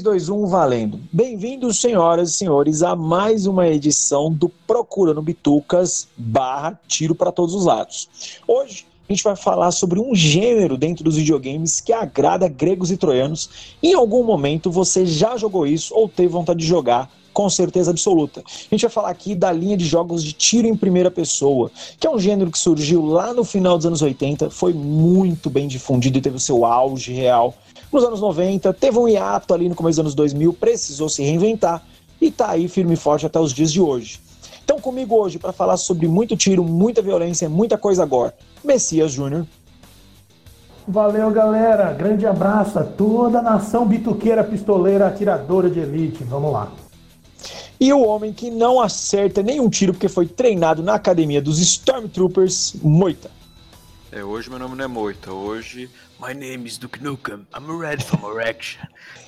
2, 1, valendo. Bem-vindos, senhoras e senhores, a mais uma edição do Procurando Bitucas / Tiro para Todos os Lados. Hoje a gente vai falar sobre um gênero dentro dos videogames que agrada gregos e troianos. Em algum momento você já jogou isso ou teve vontade de jogar, com certeza absoluta. A gente vai falar aqui da linha de jogos de tiro em primeira pessoa, que é um gênero que surgiu lá no final dos anos 80, foi muito bem difundido e teve o seu auge real nos anos 90, teve um hiato ali no começo dos anos 2000, precisou se reinventar e tá aí firme e forte até os dias de hoje. Então comigo hoje para falar sobre muito tiro, muita violência, muita coisa agora, Messias Júnior. Valeu, galera, grande abraço a toda a nação bituqueira, pistoleira, atiradora de elite, vamos lá. E o homem que não acerta nenhum tiro porque foi treinado na academia dos Stormtroopers, Moita. Hoje meu nome não é Moita, hoje my name is Duke Nukem, I'm ready for more action.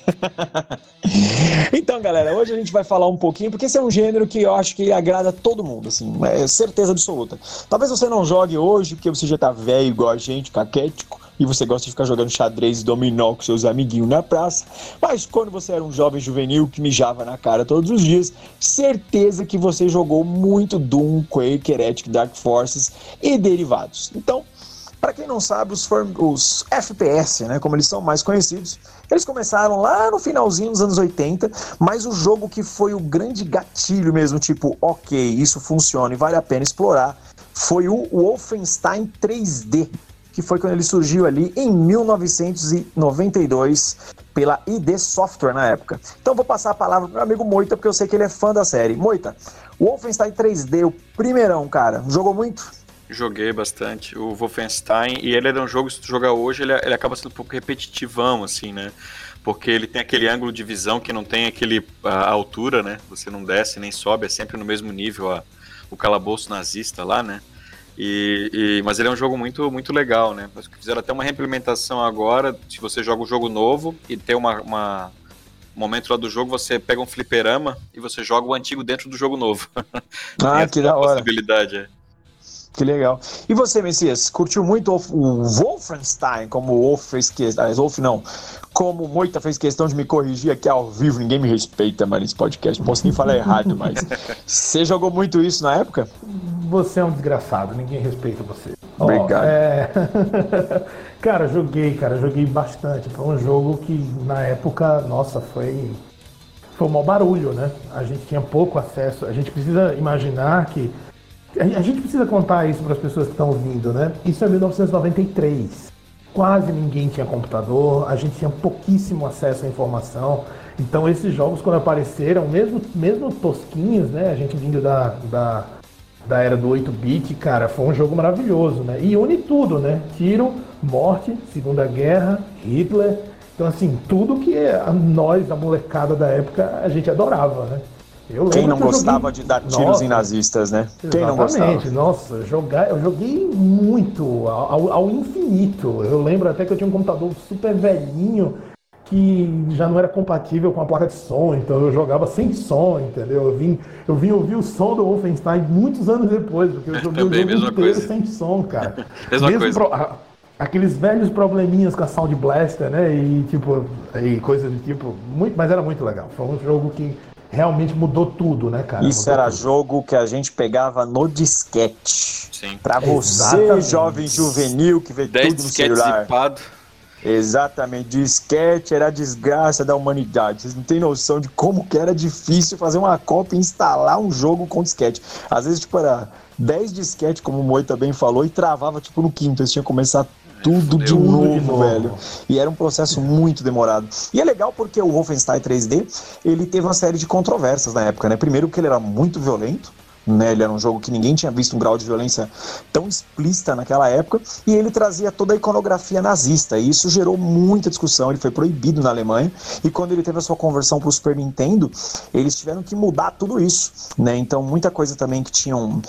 Então, galera, hoje a gente vai falar um pouquinho, porque esse é um gênero que eu acho que agrada todo mundo, assim, é certeza absoluta. Talvez você não jogue hoje porque você já tá velho igual a gente, caquético, e você gosta de ficar jogando xadrez e dominó com seus amiguinhos na praça, mas quando você era um jovem juvenil que mijava na cara todos os dias, certeza que você jogou muito Doom, Quake, Heretic, Dark Forces e derivados. Então, para quem não sabe, os FPS, né, como eles são mais conhecidos, eles começaram lá no finalzinho dos anos 80, mas o jogo que foi o grande gatilho mesmo, tipo, ok, isso funciona e vale a pena explorar, foi o Wolfenstein 3D, que foi quando ele surgiu ali em 1992 pela ID Software na época. Então vou passar a palavra pro meu amigo Moita, porque eu sei que ele é fã da série. Moita, o Wolfenstein 3D, o primeirão, cara, jogou muito? Joguei bastante o Wolfenstein, e ele é um jogo, se tu jogar hoje, ele acaba sendo um pouco repetitivão, assim, né? Porque ele tem aquele ângulo de visão que não tem a altura, né? Você não desce nem sobe, é sempre no mesmo nível o calabouço nazista lá, né? Mas ele é um jogo muito, muito legal, né? Fizeram até uma reimplementação agora, se você joga um jogo novo e tem um momento lá do jogo, você pega um fliperama e você joga o antigo dentro do jogo novo. Ah, que da hora. Possibilidade, Que legal. E você, Messias, curtiu muito o Wolfenstein, como o Wolf fez questão... Wolf não, como o Moita fez questão de me corrigir aqui ao vivo, ninguém me respeita mais nesse podcast, não posso nem falar errado, mas você jogou muito isso na época? Você é um desgraçado, ninguém respeita você. Obrigado. Cara, joguei bastante. Foi um jogo que na época, nossa, foi um mau barulho, né? A gente tinha pouco acesso, a gente precisa imaginar que a gente precisa contar isso para as pessoas que estão ouvindo, né? Isso é 1993. Quase ninguém tinha computador, a gente tinha pouquíssimo acesso à informação. Então esses jogos, quando apareceram, mesmo tosquinhos, né? A gente vindo da era do 8-bit, cara, foi um jogo maravilhoso, né? E une tudo, né? Tiro, morte, Segunda Guerra, Hitler. Então, assim, tudo que nós, a molecada da época, a gente adorava, né? Quem não gostava de dar tiros em nazistas, né? Quem não gostava? Nossa, eu joguei muito, ao infinito. Eu lembro até que eu tinha um computador super velhinho que já não era compatível com a placa de som, então eu jogava sem som, entendeu? Eu vim ouvir o som do Wolfenstein muitos anos depois, porque eu joguei também, o jogo inteiro coisa. Sem som, cara. Mesma coisa. Aqueles velhos probleminhas com a Sound Blaster, né? E coisa do tipo, mas era muito legal. Foi um jogo que realmente mudou tudo, né, cara? Isso era jogo que a gente pegava no disquete. Sim. Pra você, Exatamente. jovem juvenil que vê 10 tudo no celular. zipado. Exatamente, disquete era a desgraça da humanidade. Vocês não têm noção de como que era difícil fazer uma cópia e instalar um jogo com disquete. Às vezes, tipo, era 10 disquete, como o Moita bem falou, e travava, tipo, no quinto. Eles tinham que começar tudo de novo, velho. E era um processo muito demorado. E é legal porque o Wolfenstein 3D, ele teve uma série de controvérsias na época, né? Primeiro porque ele era muito violento, né? Ele era um jogo que ninguém tinha visto um grau de violência tão explícita naquela época, e ele trazia toda a iconografia nazista, e isso gerou muita discussão. Ele foi proibido na Alemanha, e quando ele teve a sua conversão para o Super Nintendo, eles tiveram que mudar tudo isso, né? Então muita coisa também que tinham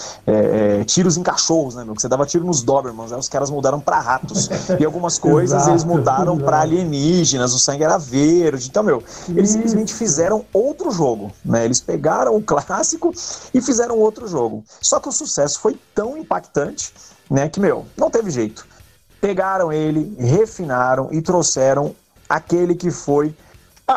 tiros em cachorros, né, meu? Que você dava tiro nos Dobermans, aí os caras mudaram para ratos, e algumas coisas eles mudaram para alienígenas, o sangue era verde. Então, meu, eles simplesmente fizeram outro jogo, né? Eles pegaram o clássico e fizeram outro jogo. Só que o sucesso foi tão impactante, né, que, meu, não teve jeito. Pegaram ele, refinaram e trouxeram aquele que foi a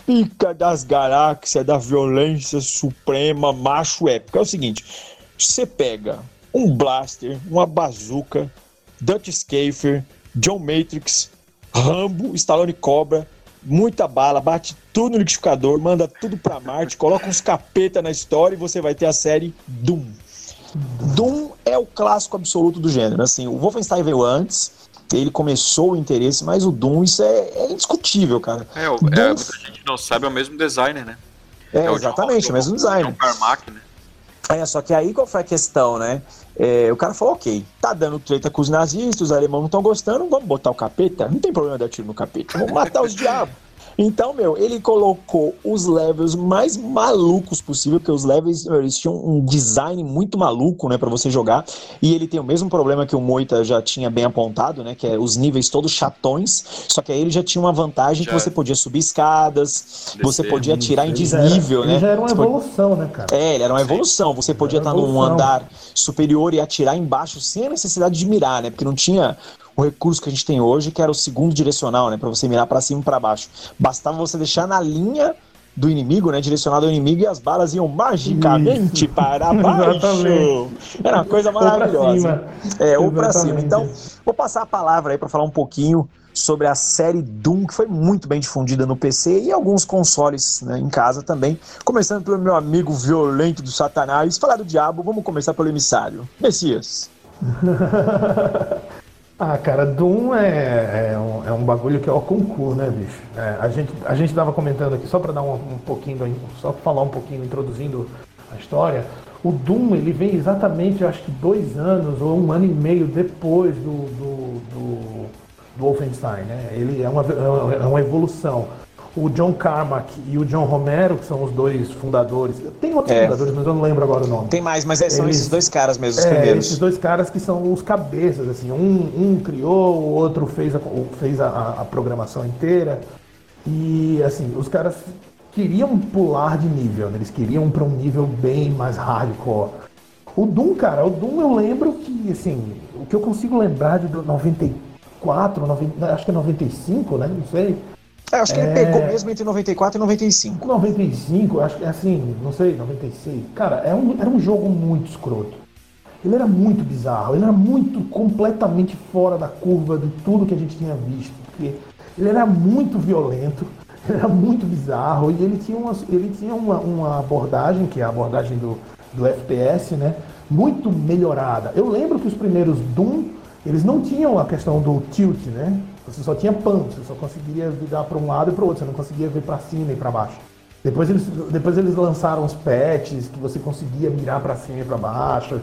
pica das galáxias, da violência suprema, macho épico. É o seguinte, você pega um blaster, uma bazuca, Dutch Schaefer, John Matrix, Rambo, Stallone Cobra, muita bala, bate tudo no liquidificador, manda tudo pra Marte, coloca uns capeta na história e você vai ter a série Doom. Doom é o clássico absoluto do gênero. Assim, o Wolfenstein veio antes, ele começou o interesse, mas o Doom, isso é indiscutível, cara. Muita gente não sabe, é o mesmo designer, né? Exatamente, o mesmo designer. John Carmack, né? Só que aí qual foi a questão, né? O cara falou, ok, tá dando treta com os nazistas, os alemães não estão gostando, vamos botar o capeta? Não tem problema dar tiro no capeta, vamos matar os diabos. Então, ele colocou os levels mais malucos possível, porque os levels, eles tinham um design muito maluco, né, pra você jogar, e ele tem o mesmo problema que o Moita já tinha bem apontado, né, que é os níveis todos chatões, só que aí ele já tinha uma vantagem que você podia subir escadas, você podia atirar em desnível, né? Ele já era uma evolução, né, cara? Ele era uma evolução, você podia estar num andar superior e atirar embaixo sem a necessidade de mirar, né, porque não tinha o recurso que a gente tem hoje, que era o segundo direcional, né, para você mirar para cima e para baixo. Bastava você deixar na linha do inimigo, né, direcionado ao inimigo, e as balas iam magicamente para baixo. Era uma coisa maravilhosa. Ou para cima. Então, vou passar a palavra aí para falar um pouquinho sobre a série Doom, que foi muito bem difundida no PC e alguns consoles, né, em casa também. Começando pelo meu amigo violento do Satanás. Falar do diabo, vamos começar pelo emissário. Messias. Cara, Doom é um bagulho que é o concurso, né, bicho? A gente tava comentando aqui, só para dar um pouquinho, só pra falar um pouquinho, introduzindo a história, o Doom, ele vem exatamente, acho que 2 anos ou 1 ano e meio depois do Wolfenstein, né? Ele é uma evolução. O John Carmack e o John Romero, que são os 2 fundadores. Tem outros fundadores, mas eu não lembro agora o nome. Tem mais, mas são esses 2 caras mesmo, os primeiros. Esses 2 caras que são os cabeças, assim. Um criou, o outro fez a programação inteira. E, assim, os caras queriam pular de nível, né? Eles queriam para um nível bem mais hardcore. O Doom, cara, eu lembro que, assim, o que eu consigo lembrar de 94, acho que é 95, né? Não sei. Acho que ele pegou mesmo entre 94 e 95. 95, acho que assim, não sei, 96. Cara, era um jogo muito escroto. Ele era muito bizarro, ele era muito completamente fora da curva de tudo que a gente tinha visto. Porque ele era muito violento, ele era muito bizarro e ele tinha uma abordagem, que é a abordagem do FPS, né? Muito melhorada. Eu lembro que os primeiros Doom, eles não tinham a questão do tilt, né? Você só tinha pan, você só conseguiria virar para um lado e para o outro, você não conseguia ver para cima e para baixo. Depois eles lançaram os patches que você conseguia mirar para cima e para baixo.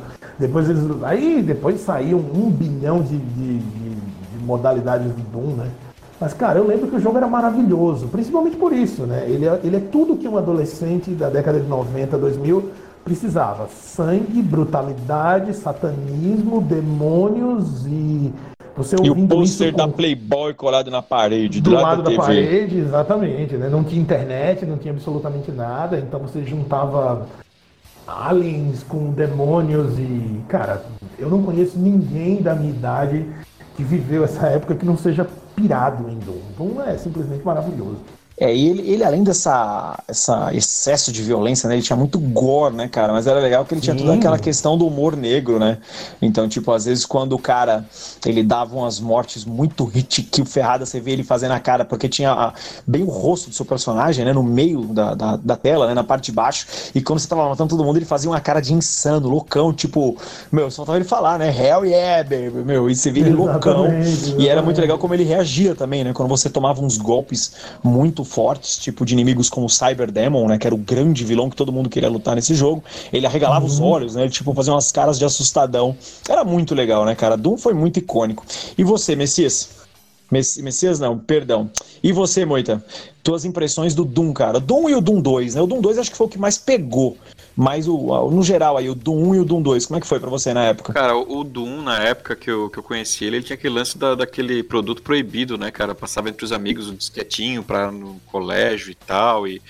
Depois saíam 1 bilhão de modalidades do Doom, né? Mas, cara, eu lembro que o jogo era maravilhoso, principalmente por isso, né? Ele é tudo que um adolescente da década de 90, 2000 precisava. Sangue, brutalidade, satanismo, demônios e... E o pôster da Playboy colado na parede, do lado da parede, exatamente, né? Não tinha internet, não tinha absolutamente nada, então você juntava aliens com demônios e, cara, eu não conheço ninguém da minha idade que viveu essa época que não seja pirado em Doom. Doom é simplesmente maravilhoso. E ele além dessa excesso de violência, né, ele tinha muito gore, né, cara, mas era legal que ele tinha toda aquela questão do humor negro, né, então, tipo, às vezes quando o cara, ele dava umas mortes muito hit kill ferrada, você vê ele fazendo a cara, porque tinha bem o rosto do seu personagem, né, no meio da tela, né, na parte de baixo, e quando você tava matando todo mundo, ele fazia uma cara de insano, loucão, tipo, só faltava ele falar, né, hell yeah, baby, e você via ele loucão, e era muito legal como ele reagia também, né, quando você tomava uns golpes muito fortes, tipo de inimigos como o Cyber Demon, né, que era o grande vilão que todo mundo queria lutar nesse jogo, ele arregalava os olhos, né, ele tipo fazia umas caras de assustadão, era muito legal, né, cara, Doom foi muito icônico. E você, Messias? Messias não, perdão. E você, Moita? Tuas impressões do Doom, cara, Doom e o Doom 2, né, o Doom 2 acho que foi o que mais pegou, mas no geral aí, o Doom 1 e o Doom 2, como é que foi pra você na época? Cara, o Doom, na época que eu conheci ele tinha aquele lance daquele produto proibido, né, cara? Passava entre os amigos um disquetinho no colégio e tal, e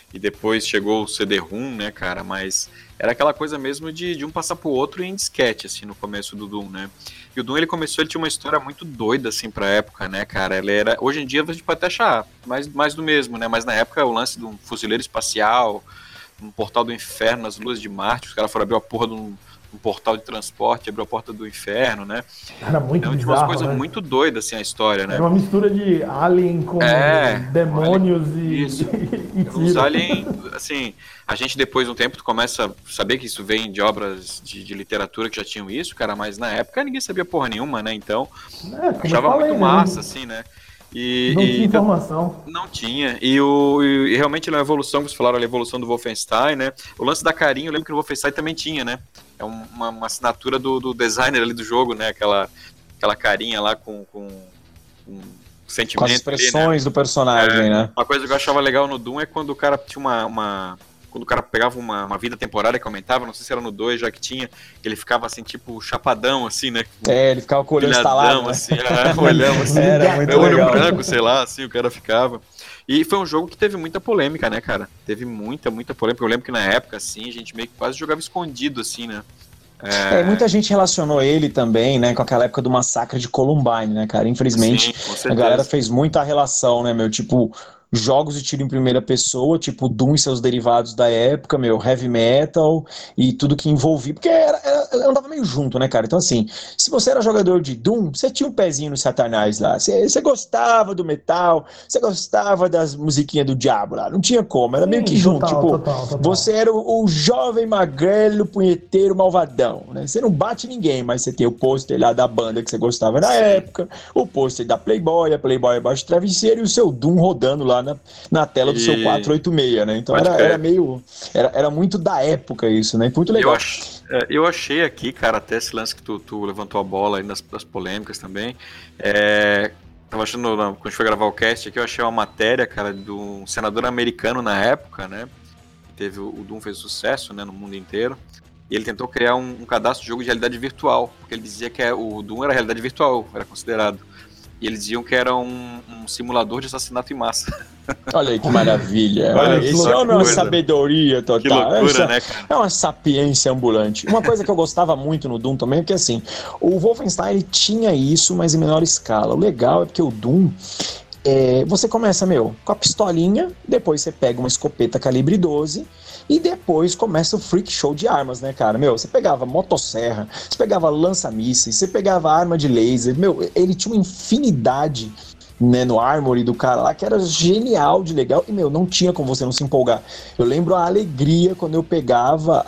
e depois chegou o CD-ROM, né, cara, mas era aquela coisa mesmo de um passar pro outro em disquete, assim, no começo do Doom, né. E o Doom, ele tinha uma história muito doida, assim, pra época, né, cara, hoje em dia a gente pode até achar mais do mesmo, né, mas na época o lance de um fuzileiro espacial, um portal do inferno nas luas de Marte, os caras foram abrir a porra de um portal de transporte, abriu a porta do inferno, né? Era muito então, bizarro, tinha umas coisas né? muito doidas, assim, a história, né? Era uma mistura de alien com demônios e os alien, assim, a gente depois de um tempo, tu começa a saber que isso vem de obras de literatura que já tinham isso, cara, mas na época ninguém sabia porra nenhuma, né? Então, achava muito massa, assim, né? Não tinha informação. Não tinha. E realmente a evolução, que vocês falaram, a evolução do Wolfenstein, né? O lance da carinha, eu lembro que no Wolfenstein também tinha, né? É uma assinatura do designer ali do jogo, né? Aquela carinha lá com sentimento. Com as expressões ali, né? Do personagem, né? Uma coisa que eu achava legal no Doom é quando o cara tinha quando o cara pegava uma vida temporária que aumentava, não sei se era no 2 já que tinha, ele ficava assim, tipo, chapadão, assim, né? Ele ficava com o olho instalado, né? Assim, olhando assim, era muito olho legal. branco, sei lá, assim, o cara ficava. E foi um jogo que teve muita polêmica, né, cara? Teve muita polêmica. Eu lembro que na época, assim, a gente meio que quase jogava escondido, assim, né? Muita gente relacionou ele também, né, com aquela época do massacre de Columbine, né, cara? Infelizmente, a galera fez muita relação, né, meu? Tipo, jogos de tiro em primeira pessoa, tipo Doom e seus derivados da época, meu, heavy metal e tudo que envolvia, porque andava meio junto, né, cara? Então, assim, se você era jogador de Doom, você tinha um pezinho no Satanás lá, você gostava do metal, você gostava das musiquinhas do diabo lá, não tinha como, era meio que junto, total. Você era o jovem magrelo, punheteiro, malvadão, né? Você não bate ninguém, mas você tem o pôster lá da banda que você gostava na época, o pôster da Playboy, a Playboy abaixo do travesseiro e o seu Doom rodando lá na tela do seu 486, né? Então era muito da época isso, né? Muito legal. Eu achei aqui, cara, até esse lance que tu levantou a bola aí das polêmicas também. Tava achando, quando a gente foi gravar o cast aqui, eu achei uma matéria, cara, de um senador americano na época, né? Teve o Doom fez sucesso, né, no mundo inteiro. E ele tentou criar um cadastro de jogo de realidade virtual, porque ele dizia que o Doom era realidade virtual, era considerado. E eles diziam que era um simulador de assassinato em massa. Olha aí que maravilha. Olha, isso é uma sabedoria total. Que loucura, né, cara? É uma sapiência ambulante. Uma coisa que eu gostava muito no Doom também é que, assim, o Wolfenstein tinha isso, mas em menor escala. O legal é porque o Doom... você começa, com a pistolinha, depois você pega uma escopeta calibre 12 e depois começa o freak show de armas, né, cara? Você pegava motosserra, você pegava lança-mísseis, você pegava arma de laser, ele tinha uma infinidade, né, no Armory do cara lá, que era genial de legal, e, não tinha como você não se empolgar. Eu lembro a alegria quando eu pegava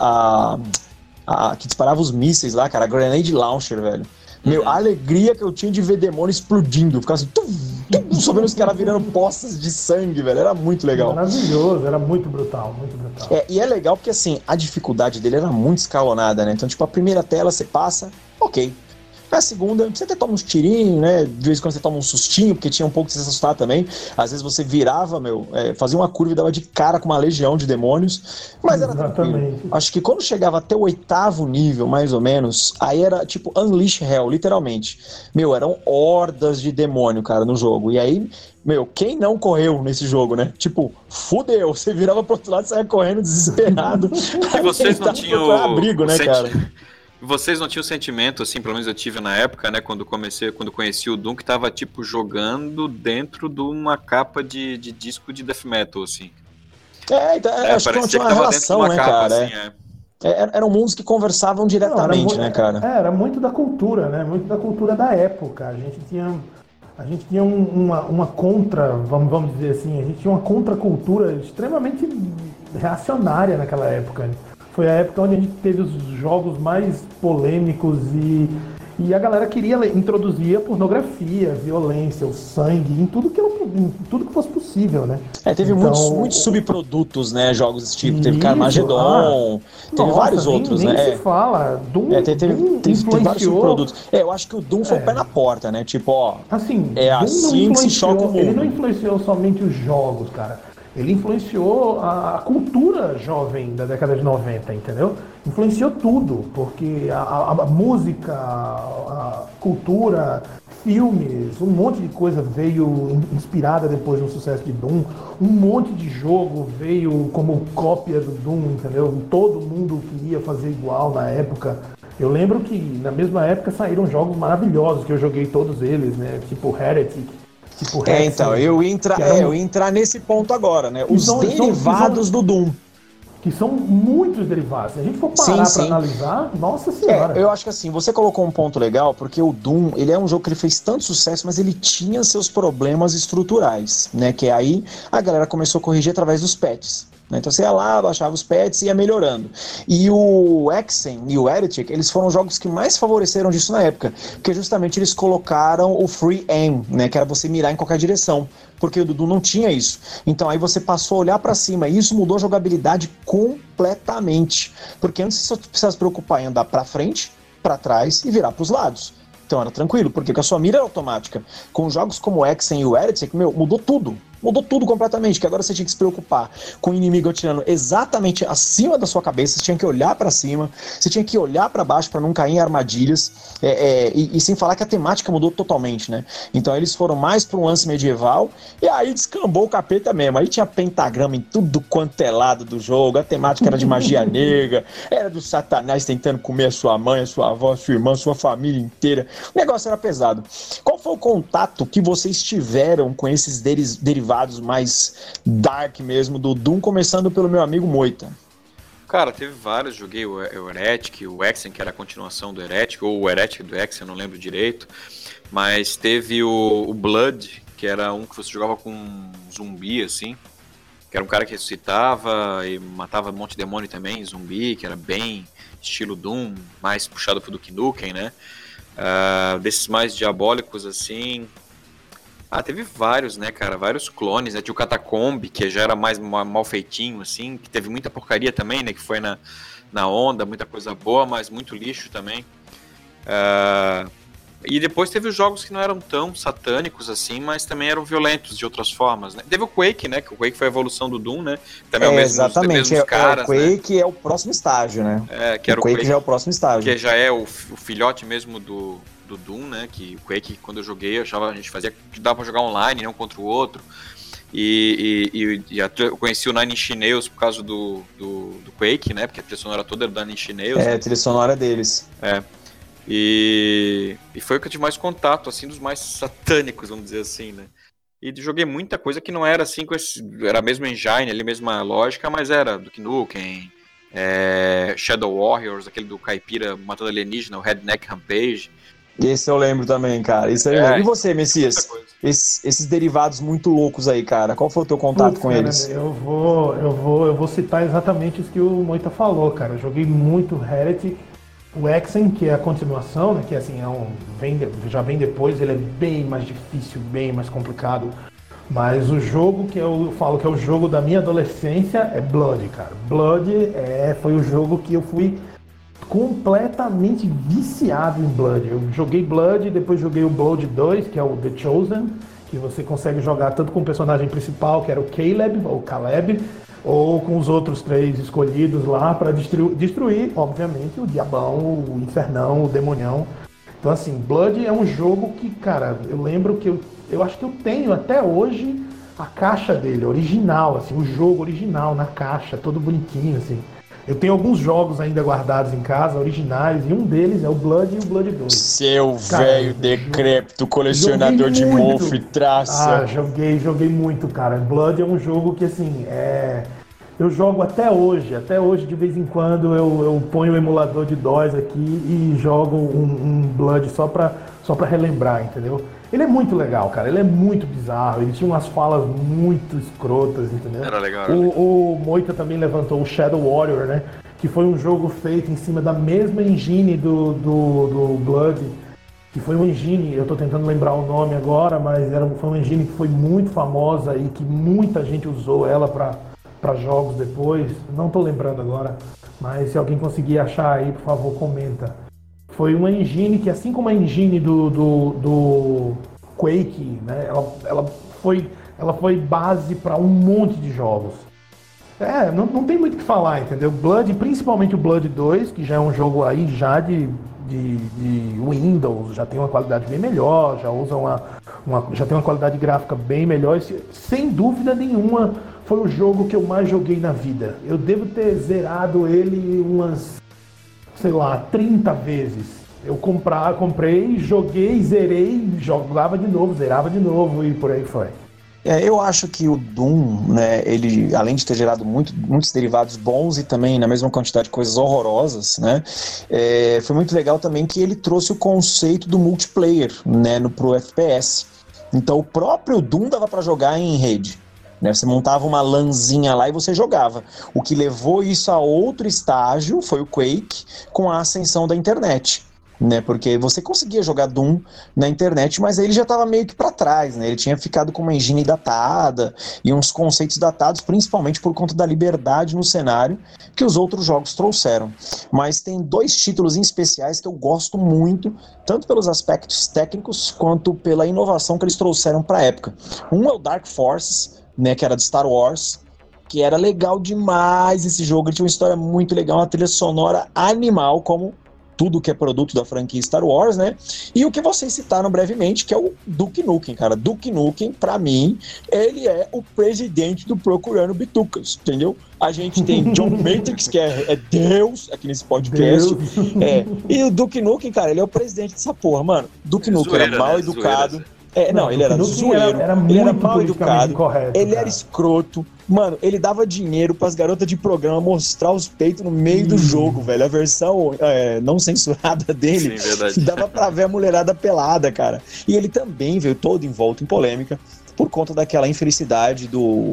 que disparava os mísseis lá, cara, a Grenade Launcher, velho. A alegria que eu tinha de ver demônio explodindo, ficava assim, só vendo os caras virando poças de sangue, velho, era muito legal. Maravilhoso, era muito brutal, muito brutal. E é legal porque, assim, a dificuldade dele era muito escalonada, né? Então, tipo, a primeira tela você passa, ok. A segunda, você até toma uns tirinhos, né? De vez em quando você toma um sustinho, porque tinha um pouco de se assustar também. Às vezes você virava, fazia uma curva e dava de cara com uma legião de demônios. Mas era tranquilo. Acho que quando chegava até o 8º nível, mais ou menos, aí era tipo Unleash Hell, literalmente. Eram hordas de demônio, cara, no jogo. E aí, quem não correu nesse jogo, né? Tipo, fudeu. Você virava pro outro lado e saia correndo desesperado. E vocês não tinham abrigo, né, cara? Vocês não tinham sentimento, assim, pelo menos eu tive na época, né, quando conheci o Doom, que tava, tipo, jogando dentro de uma capa de disco de death metal, assim. Então, acho que não tinha uma relação, né, capa, cara? Assim, eram mundos que conversavam diretamente, né, cara? Era muito da cultura, né, muito da cultura da época. A gente tinha uma contra, vamos dizer assim, a gente tinha uma contracultura extremamente reacionária naquela época. Foi a época onde a gente teve os jogos mais polêmicos e a galera queria introduzir a pornografia, a violência, o sangue, em tudo que fosse possível, né? Teve muitos subprodutos, né? Jogos desse tipo. Teve Carmageddon, teve vários outros, nem né? Se fala. Doom, tem vários subprodutos. Eu acho que o Doom foi o pé na porta, né? Tipo, assim, assim que se choca o mundo. Ele não influenciou somente os jogos, cara. Ele influenciou a cultura jovem da década de 90, entendeu? Influenciou tudo, porque a música, a cultura, filmes, um monte de coisa veio inspirada depois do sucesso de Doom, um monte de jogo veio como cópia do Doom, entendeu? Todo mundo queria fazer igual na época. Eu lembro que na mesma época saíram jogos maravilhosos, que eu joguei todos eles, né? Tipo Heretic, tipo Hexen, então, eu ia entrar nesse ponto agora, né? Os derivados do Doom. Que são muitos derivados. Se a gente for parar para analisar, nossa senhora. Eu acho que assim, você colocou um ponto legal, porque o Doom, ele é um jogo que ele fez tanto sucesso, mas ele tinha seus problemas estruturais, né? Que aí a galera começou a corrigir através dos patches. Então você ia lá, baixava os patches e ia melhorando. E o Hexen e o Heretic, eles foram jogos que mais favoreceram disso na época, porque justamente eles colocaram o Free Aim, né? Que era você mirar em qualquer direção. Porque o Doom não tinha isso. Então aí você passou a olhar para cima e isso mudou a jogabilidade completamente. Porque antes você só precisava se preocupar em andar para frente, para trás e virar para os lados. Então era tranquilo, porque a sua mira era automática. Com jogos como o Hexen e o Heretic, mudou tudo. Mudou tudo completamente, que agora você tinha que se preocupar com o inimigo atirando exatamente acima da sua cabeça, você tinha que olhar para cima, você tinha que olhar para baixo para não cair em armadilhas, e sem falar que a temática mudou totalmente, né? Então eles foram mais para um lance medieval, e aí descambou o capeta mesmo, aí tinha pentagrama em tudo quanto é lado do jogo, a temática era de magia negra, era do Satanás tentando comer a sua mãe, a sua avó, a sua irmã, a sua família inteira, o negócio era pesado. Qual foi o contato que vocês tiveram com esses derivados mais dark mesmo do Doom, começando pelo meu amigo Moita? Cara, teve vários, joguei o Heretic, o Hexen, que era a continuação do Heretic, ou o Heretic do Hexen, eu não lembro direito, mas teve o Blood, que era um que você jogava com um zumbi, assim, que era um cara que ressuscitava e matava um monte de demônio também, zumbi, que era bem estilo Doom, mais puxado pro Duke Nukem, né? Desses mais diabólicos, assim... teve vários, né, cara? Vários clones, né? Tinha o Catacomb, que já era mais mal feitinho, assim, que teve muita porcaria também, né? Que foi na onda, muita coisa boa, mas muito lixo também. E depois teve os jogos que não eram tão satânicos assim, mas também eram violentos de outras formas, né? Teve o Quake, né? Que o Quake foi a evolução do Doom, né? Também é o mesmo, exatamente, mesmos caras, o Quake, né? É o próximo estágio, né? Que era o Quake já é o próximo estágio. Que já é o filhote mesmo do Doom, né? Que o Quake, quando eu joguei, a gente fazia que dava pra jogar online, um contra o outro. E eu conheci o Nine Inch Nails por causa do Quake, né? Porque a trilha sonora toda era da Nine Inch Nails. A trilha sonora deles. E foi o que eu tive mais contato, assim, dos mais satânicos, vamos dizer assim, né? E joguei muita coisa que não era assim, era a mesma engine, ali, mesma lógica, mas era Duke Nukem, Shadow Warriors, aquele do Caipira matando alienígena, o Redneck Rampage. Esse eu lembro também, cara. E você, Messias? Esses derivados muito loucos aí, cara. Qual foi o teu contato com eles? Eu vou citar exatamente isso que o Moita falou, cara. Eu joguei muito Heretic, o Hexen, que é a continuação, né? Que assim, já vem depois, ele é bem mais difícil, bem mais complicado. Mas o jogo que eu falo que é o jogo da minha adolescência é Blood, cara. Blood foi o jogo que eu fui completamente viciado em Blood. Eu joguei Blood, depois joguei o Blood 2, que é o The Chosen, que você consegue jogar tanto com o personagem principal, que era o Caleb, ou com os outros 3 escolhidos lá para destruir, obviamente, o diabão, o infernão, o demonião. Então, assim, Blood é um jogo que, cara, eu lembro que eu acho que eu tenho até hoje a caixa dele, original, assim, o jogo original na caixa, todo bonitinho, assim. Eu tenho alguns jogos ainda guardados em casa, originais, e um deles é o Blood e o Blood 2. Seu velho decrépito colecionador de mofo e traça. Joguei muito, cara. Blood é um jogo que, assim, eu jogo até hoje de vez em quando eu ponho o emulador de DOS aqui e jogo um Blood só pra relembrar, entendeu? Ele é muito legal, cara, ele é muito bizarro, ele tinha umas falas muito escrotas, entendeu? Era legal. O Moita também levantou o Shadow Warrior, né? Que foi um jogo feito em cima da mesma engine do Blood, que foi uma engine, eu tô tentando lembrar o nome agora, mas foi uma engine que foi muito famosa e que muita gente usou ela para jogos depois, não tô lembrando agora, mas se alguém conseguir achar aí, por favor, comenta. Foi uma engine que, assim como a engine do Quake, né, ela foi base para um monte de jogos. Não tem muito o que falar, entendeu? Blood, principalmente o Blood 2, que já é um jogo aí já de de Windows, já tem uma qualidade bem melhor, já usa já tem uma qualidade gráfica bem melhor. Sem dúvida nenhuma, foi o jogo que eu mais joguei na vida. Eu devo ter zerado ele umas, sei lá, 30 vezes. Eu comprei, joguei, zerei, jogava de novo, zerava de novo e por aí foi. Eu acho que o Doom, né, ele, além de ter gerado muitos derivados bons e também na mesma quantidade de coisas horrorosas, né, foi muito legal também que ele trouxe o conceito do multiplayer, né, pro FPS. Então o próprio Doom dava para jogar em rede, né, você montava uma LANzinha lá e você jogava. O que levou isso a outro estágio foi o Quake, com a ascensão da internet. Né, porque você conseguia jogar Doom na internet, mas ele já estava meio que para trás, né? Ele tinha ficado com uma engine datada e uns conceitos datados, principalmente por conta da liberdade no cenário que os outros jogos trouxeram. Mas tem 2 títulos em especiais que eu gosto muito, tanto pelos aspectos técnicos quanto pela inovação que eles trouxeram para a época. Um é o Dark Forces, né, que era de Star Wars, que era legal demais esse jogo, ele tinha uma história muito legal, uma trilha sonora animal, como tudo que é produto da franquia Star Wars, né? E o que vocês citaram brevemente, que é o Duke Nukem, cara. Duke Nukem, pra mim, ele é o presidente do Procurando Bitucas, entendeu? A gente tem John Matrix, que é Deus aqui nesse podcast. E o Duke Nukem, cara, ele é o presidente dessa porra, mano. Duke Nukem era mal educado. Não, ele era zoeiro, ele era mal educado, ele era escroto. Mano, ele dava dinheiro pras garotas de programa mostrar os peitos no meio do jogo, velho. A versão não censurada dele, sim, dava pra ver a mulherada pelada, cara. E ele também veio todo envolto em polêmica por conta daquela infelicidade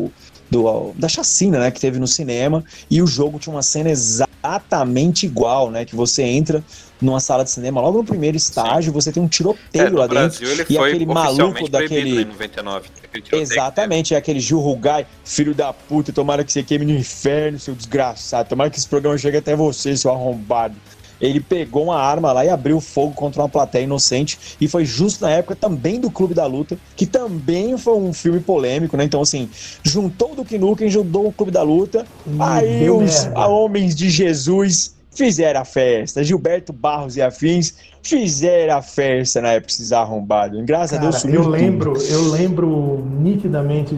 da chacina, né, que teve no cinema. E o jogo tinha uma cena exatamente igual, né, que você entra numa sala de cinema, logo no primeiro estágio, sim, você tem um tiroteio lá dentro. Brasil, ele e foi aquele maluco daquele. Em 99, exatamente, é aquele Gil Rugai, filho da puta, tomara que você queime no inferno, seu desgraçado, tomara que esse programa chegue até você, seu arrombado. Ele pegou uma arma lá e abriu fogo contra uma plateia inocente, e foi justo na época também do Clube da Luta, que também foi um filme polêmico, né? Então, assim, juntou o Duke Nukem, juntou o Clube da Luta, aí os homens de Jesus fizeram a festa. Gilberto Barros e afins fizeram a festa na época, esses arrombados. Graças a Deus sumiu tudo. Eu lembro nitidamente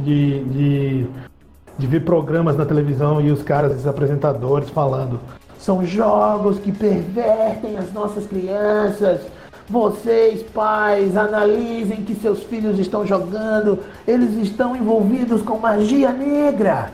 de ver programas na televisão e os caras, os apresentadores falando: são jogos que pervertem as nossas crianças. Vocês, pais, analisem que seus filhos estão jogando. Eles estão envolvidos com magia negra.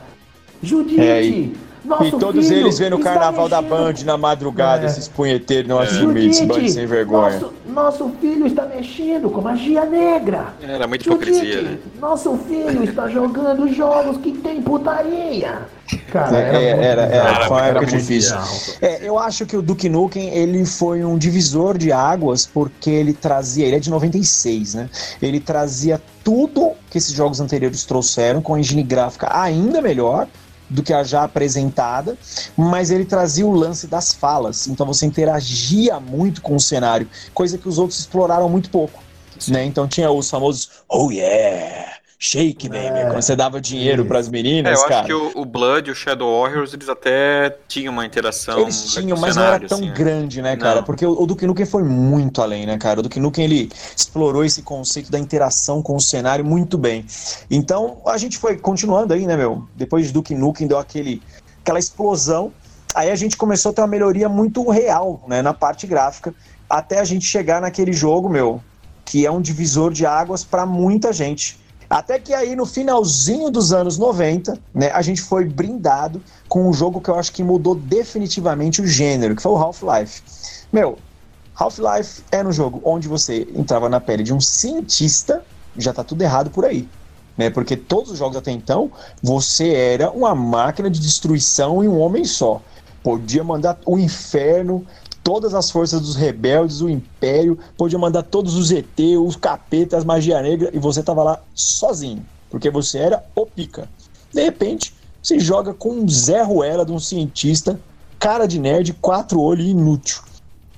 Judite! E todos eles vendo o carnaval da Band na madrugada, esses punheteiros não assumem, esses bandos sem vergonha. Nosso filho está mexendo com magia negra. Era muita hipocrisia, né? Nosso filho está jogando jogos que tem putaria. Cara, foi uma época difícil. Eu acho que o Duke Nukem, ele foi um divisor de águas, porque ele é de 96, né? Ele trazia tudo que esses jogos anteriores trouxeram, com a engine gráfica ainda melhor do que a já apresentada, mas ele trazia o lance das falas, então você interagia muito com o cenário, coisa que os outros exploraram muito pouco, né? Então tinha os famosos "oh yeah", "shake baby", quando você dava dinheiro para as meninas, cara. Eu acho que o Blood e o Shadow Warriors, eles até tinham uma interação. Eles tinham, mas cenário, não era tão grande, né, cara? Não. Porque o Duke Nukem foi muito além, né, cara? O Duke Nukem, ele explorou esse conceito da interação com o cenário muito bem. Então, a gente foi continuando aí, né, meu? Depois de Duke Nukem, deu aquela explosão. Aí a gente começou a ter uma melhoria muito real, né, na parte gráfica, até a gente chegar naquele jogo, meu, que é um divisor de águas para muita gente. Até que aí no finalzinho dos anos 90, né, a gente foi brindado com um jogo que eu acho que mudou definitivamente o gênero, que foi o Half-Life. Meu, Half-Life era um jogo onde você entrava na pele de um cientista, já tá tudo errado por aí, né, porque todos os jogos até então, você era uma máquina de destruição em um homem só. Podia mandar o inferno, todas as forças dos rebeldes, o Império, podia mandar todos os ET, os capetas, magia negra, e você tava lá sozinho, porque você era o pica. De repente, você joga com um Zé Ruela de um cientista, cara de nerd, 4 olhos, inútil.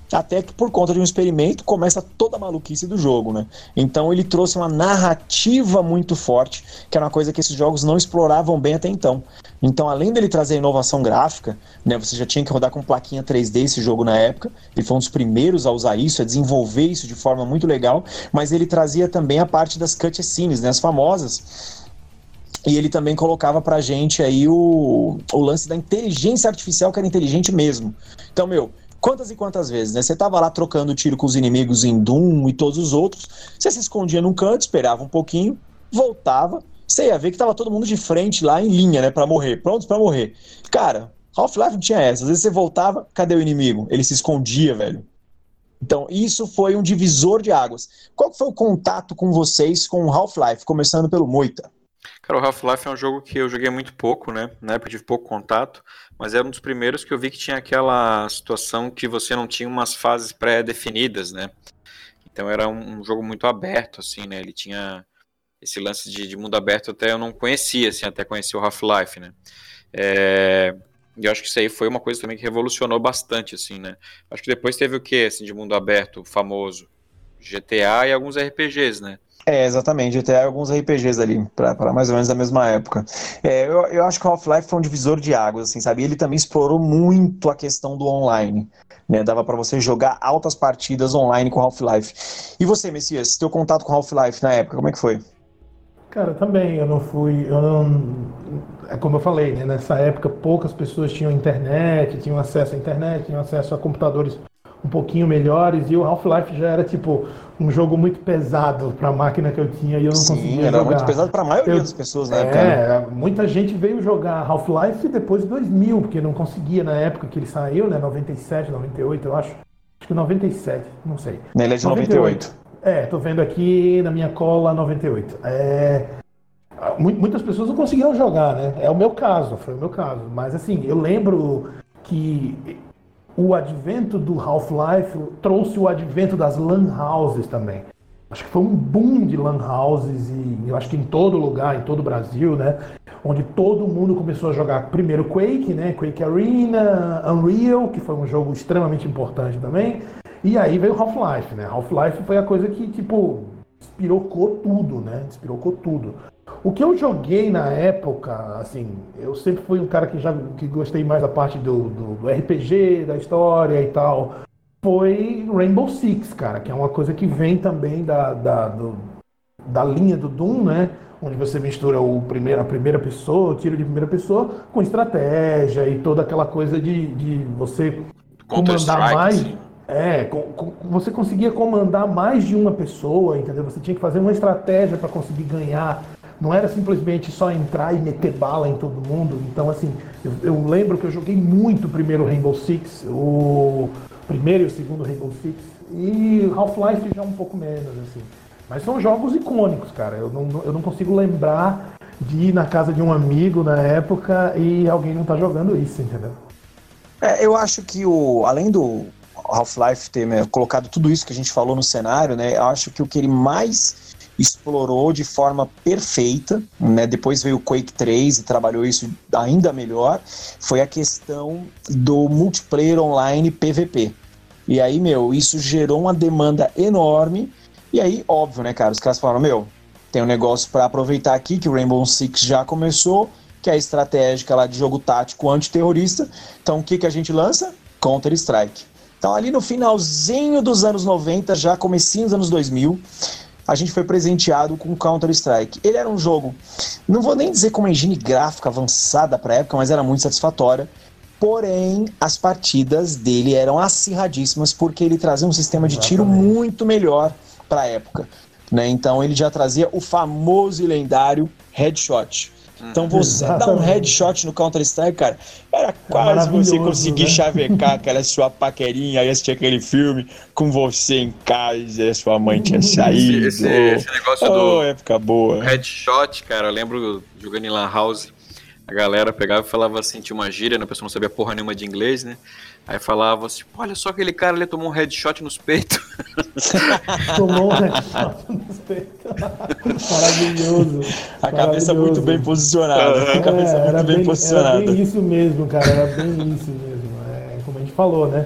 até que por conta de um experimento começa toda a maluquice do jogo, né? Então ele trouxe uma narrativa muito forte, que era uma coisa que esses jogos não exploravam bem até então. Então, além dele trazer inovação gráfica, né, você já tinha que rodar com plaquinha 3D esse jogo na época, ele foi um dos primeiros a usar isso, a desenvolver isso de forma muito legal, mas ele trazia também a parte das cutscenes, né, as famosas. E ele também colocava pra gente aí o lance da inteligência artificial, que era inteligente mesmo. Então, quantas e quantas vezes, né? Você tava lá trocando tiro com os inimigos em Doom e todos os outros, você se escondia num canto, esperava um pouquinho, voltava, você ia ver que tava todo mundo de frente lá em linha, né, pra morrer, prontos pra morrer. Cara, Half-Life não tinha essa. Às vezes você voltava, cadê o inimigo? Ele se escondia, velho. Então, isso foi um divisor de águas. Qual foi o contato com vocês com o Half-Life, começando pelo Moita? Cara, o Half-Life é um jogo que eu joguei muito pouco, né? Na época eu tive pouco contato, mas era um dos primeiros que eu vi que tinha aquela situação que você não tinha umas fases pré-definidas, né? Então era um jogo muito aberto, assim, né? Ele tinha esse lance de mundo aberto, até eu não conhecia, assim, até conhecer o Half-Life, né? E eu acho que isso aí foi uma coisa também que revolucionou bastante, assim, né? Acho que depois teve o quê, assim, de mundo aberto famoso? GTA e alguns RPGs, né? Exatamente, até alguns RPGs ali, para mais ou menos da mesma época. Eu acho que o Half-Life foi um divisor de águas, assim, sabe? Ele também explorou muito a questão do online, né? Dava para você jogar altas partidas online com Half-Life. E você, Messias, teu contato com Half-Life na época, como é que foi? Cara, também, é como eu falei, né? Nessa época poucas pessoas tinham internet, tinham acesso à internet, tinham acesso a computadores um pouquinho melhores, e o Half-Life já era tipo um jogo muito pesado para a máquina que eu tinha e eu não conseguia jogar. Era muito pesado para a maioria das pessoas na época. Né? Muita gente veio jogar Half-Life depois de 2000, porque não conseguia na época que ele saiu, né? 97, 98, eu acho. Acho que 97, não sei. Ele é de 98. Tô vendo aqui na minha cola 98. Muitas pessoas não conseguiram jogar, né? É o meu caso, foi o meu caso. Mas assim, eu lembro que o advento do Half-Life trouxe o advento das LAN houses também. Acho que foi um boom de LAN houses, e eu acho que em todo lugar, em todo o Brasil, né? Onde todo mundo começou a jogar primeiro Quake, né? Quake Arena, Unreal, que foi um jogo extremamente importante também. E aí veio o Half-Life, né? Half-Life foi a coisa que, tipo, despirocou tudo, né? Despirocou tudo. O que eu joguei na época, assim, eu sempre fui um cara que gostei mais da parte do RPG, da história e tal, foi Rainbow Six, cara, que é uma coisa que vem também da linha do Doom, né? Onde você mistura a primeira pessoa, o tiro de primeira pessoa, com estratégia e toda aquela coisa de você comandar mais. Sim. Você conseguia comandar mais de uma pessoa, entendeu? Você tinha que fazer uma estratégia para conseguir ganhar. Não era simplesmente só entrar e meter bala em todo mundo. Então, assim, eu lembro que eu joguei muito o primeiro Rainbow Six, o primeiro e o segundo Rainbow Six, e Half-Life já um pouco menos, assim. Mas são jogos icônicos, cara. Eu não consigo lembrar de ir na casa de um amigo na época e alguém não tá jogando isso, entendeu? Eu acho que além do Half-Life ter colocado tudo isso que a gente falou no cenário, né? Eu acho que o que ele mais explorou de forma perfeita, né? Depois veio o Quake 3 e trabalhou isso ainda melhor, foi a questão do multiplayer online PVP. E aí, isso gerou uma demanda enorme, e aí, óbvio, né, cara, os caras falaram, tem um negócio para aproveitar aqui, que o Rainbow Six já começou, que é a estratégica lá de jogo tático antiterrorista, então o que a gente lança? Counter-Strike. Então ali no finalzinho dos anos 90, já comecinho dos anos 2000, a gente foi presenteado com Counter-Strike. Ele era um jogo, não vou nem dizer com uma engine gráfica avançada para a época, mas era muito satisfatória. Porém, as partidas dele eram acirradíssimas porque ele trazia um sistema de tiro muito melhor para a época, né? Então ele já trazia o famoso e lendário headshot. Então você dar um headshot no Counter-Strike, cara, era quase você conseguir chavecar aquela sua paquerinha, aí assistir aquele filme com você em casa e a sua mãe tinha saído. Esse negócio do época boa. Headshot, cara, eu lembro jogando em Lan House, a galera pegava e falava assim, tinha uma gíria, né, a pessoa não sabia porra nenhuma de inglês, né? Aí falava assim, olha só aquele cara, ele tomou um headshot nos peitos. Tomou um headshot nos peitos. Maravilhoso. A cabeça muito bem posicionada. A cabeça muito bem posicionada. Era bem isso mesmo, cara. Era bem isso mesmo. Como a gente falou, né?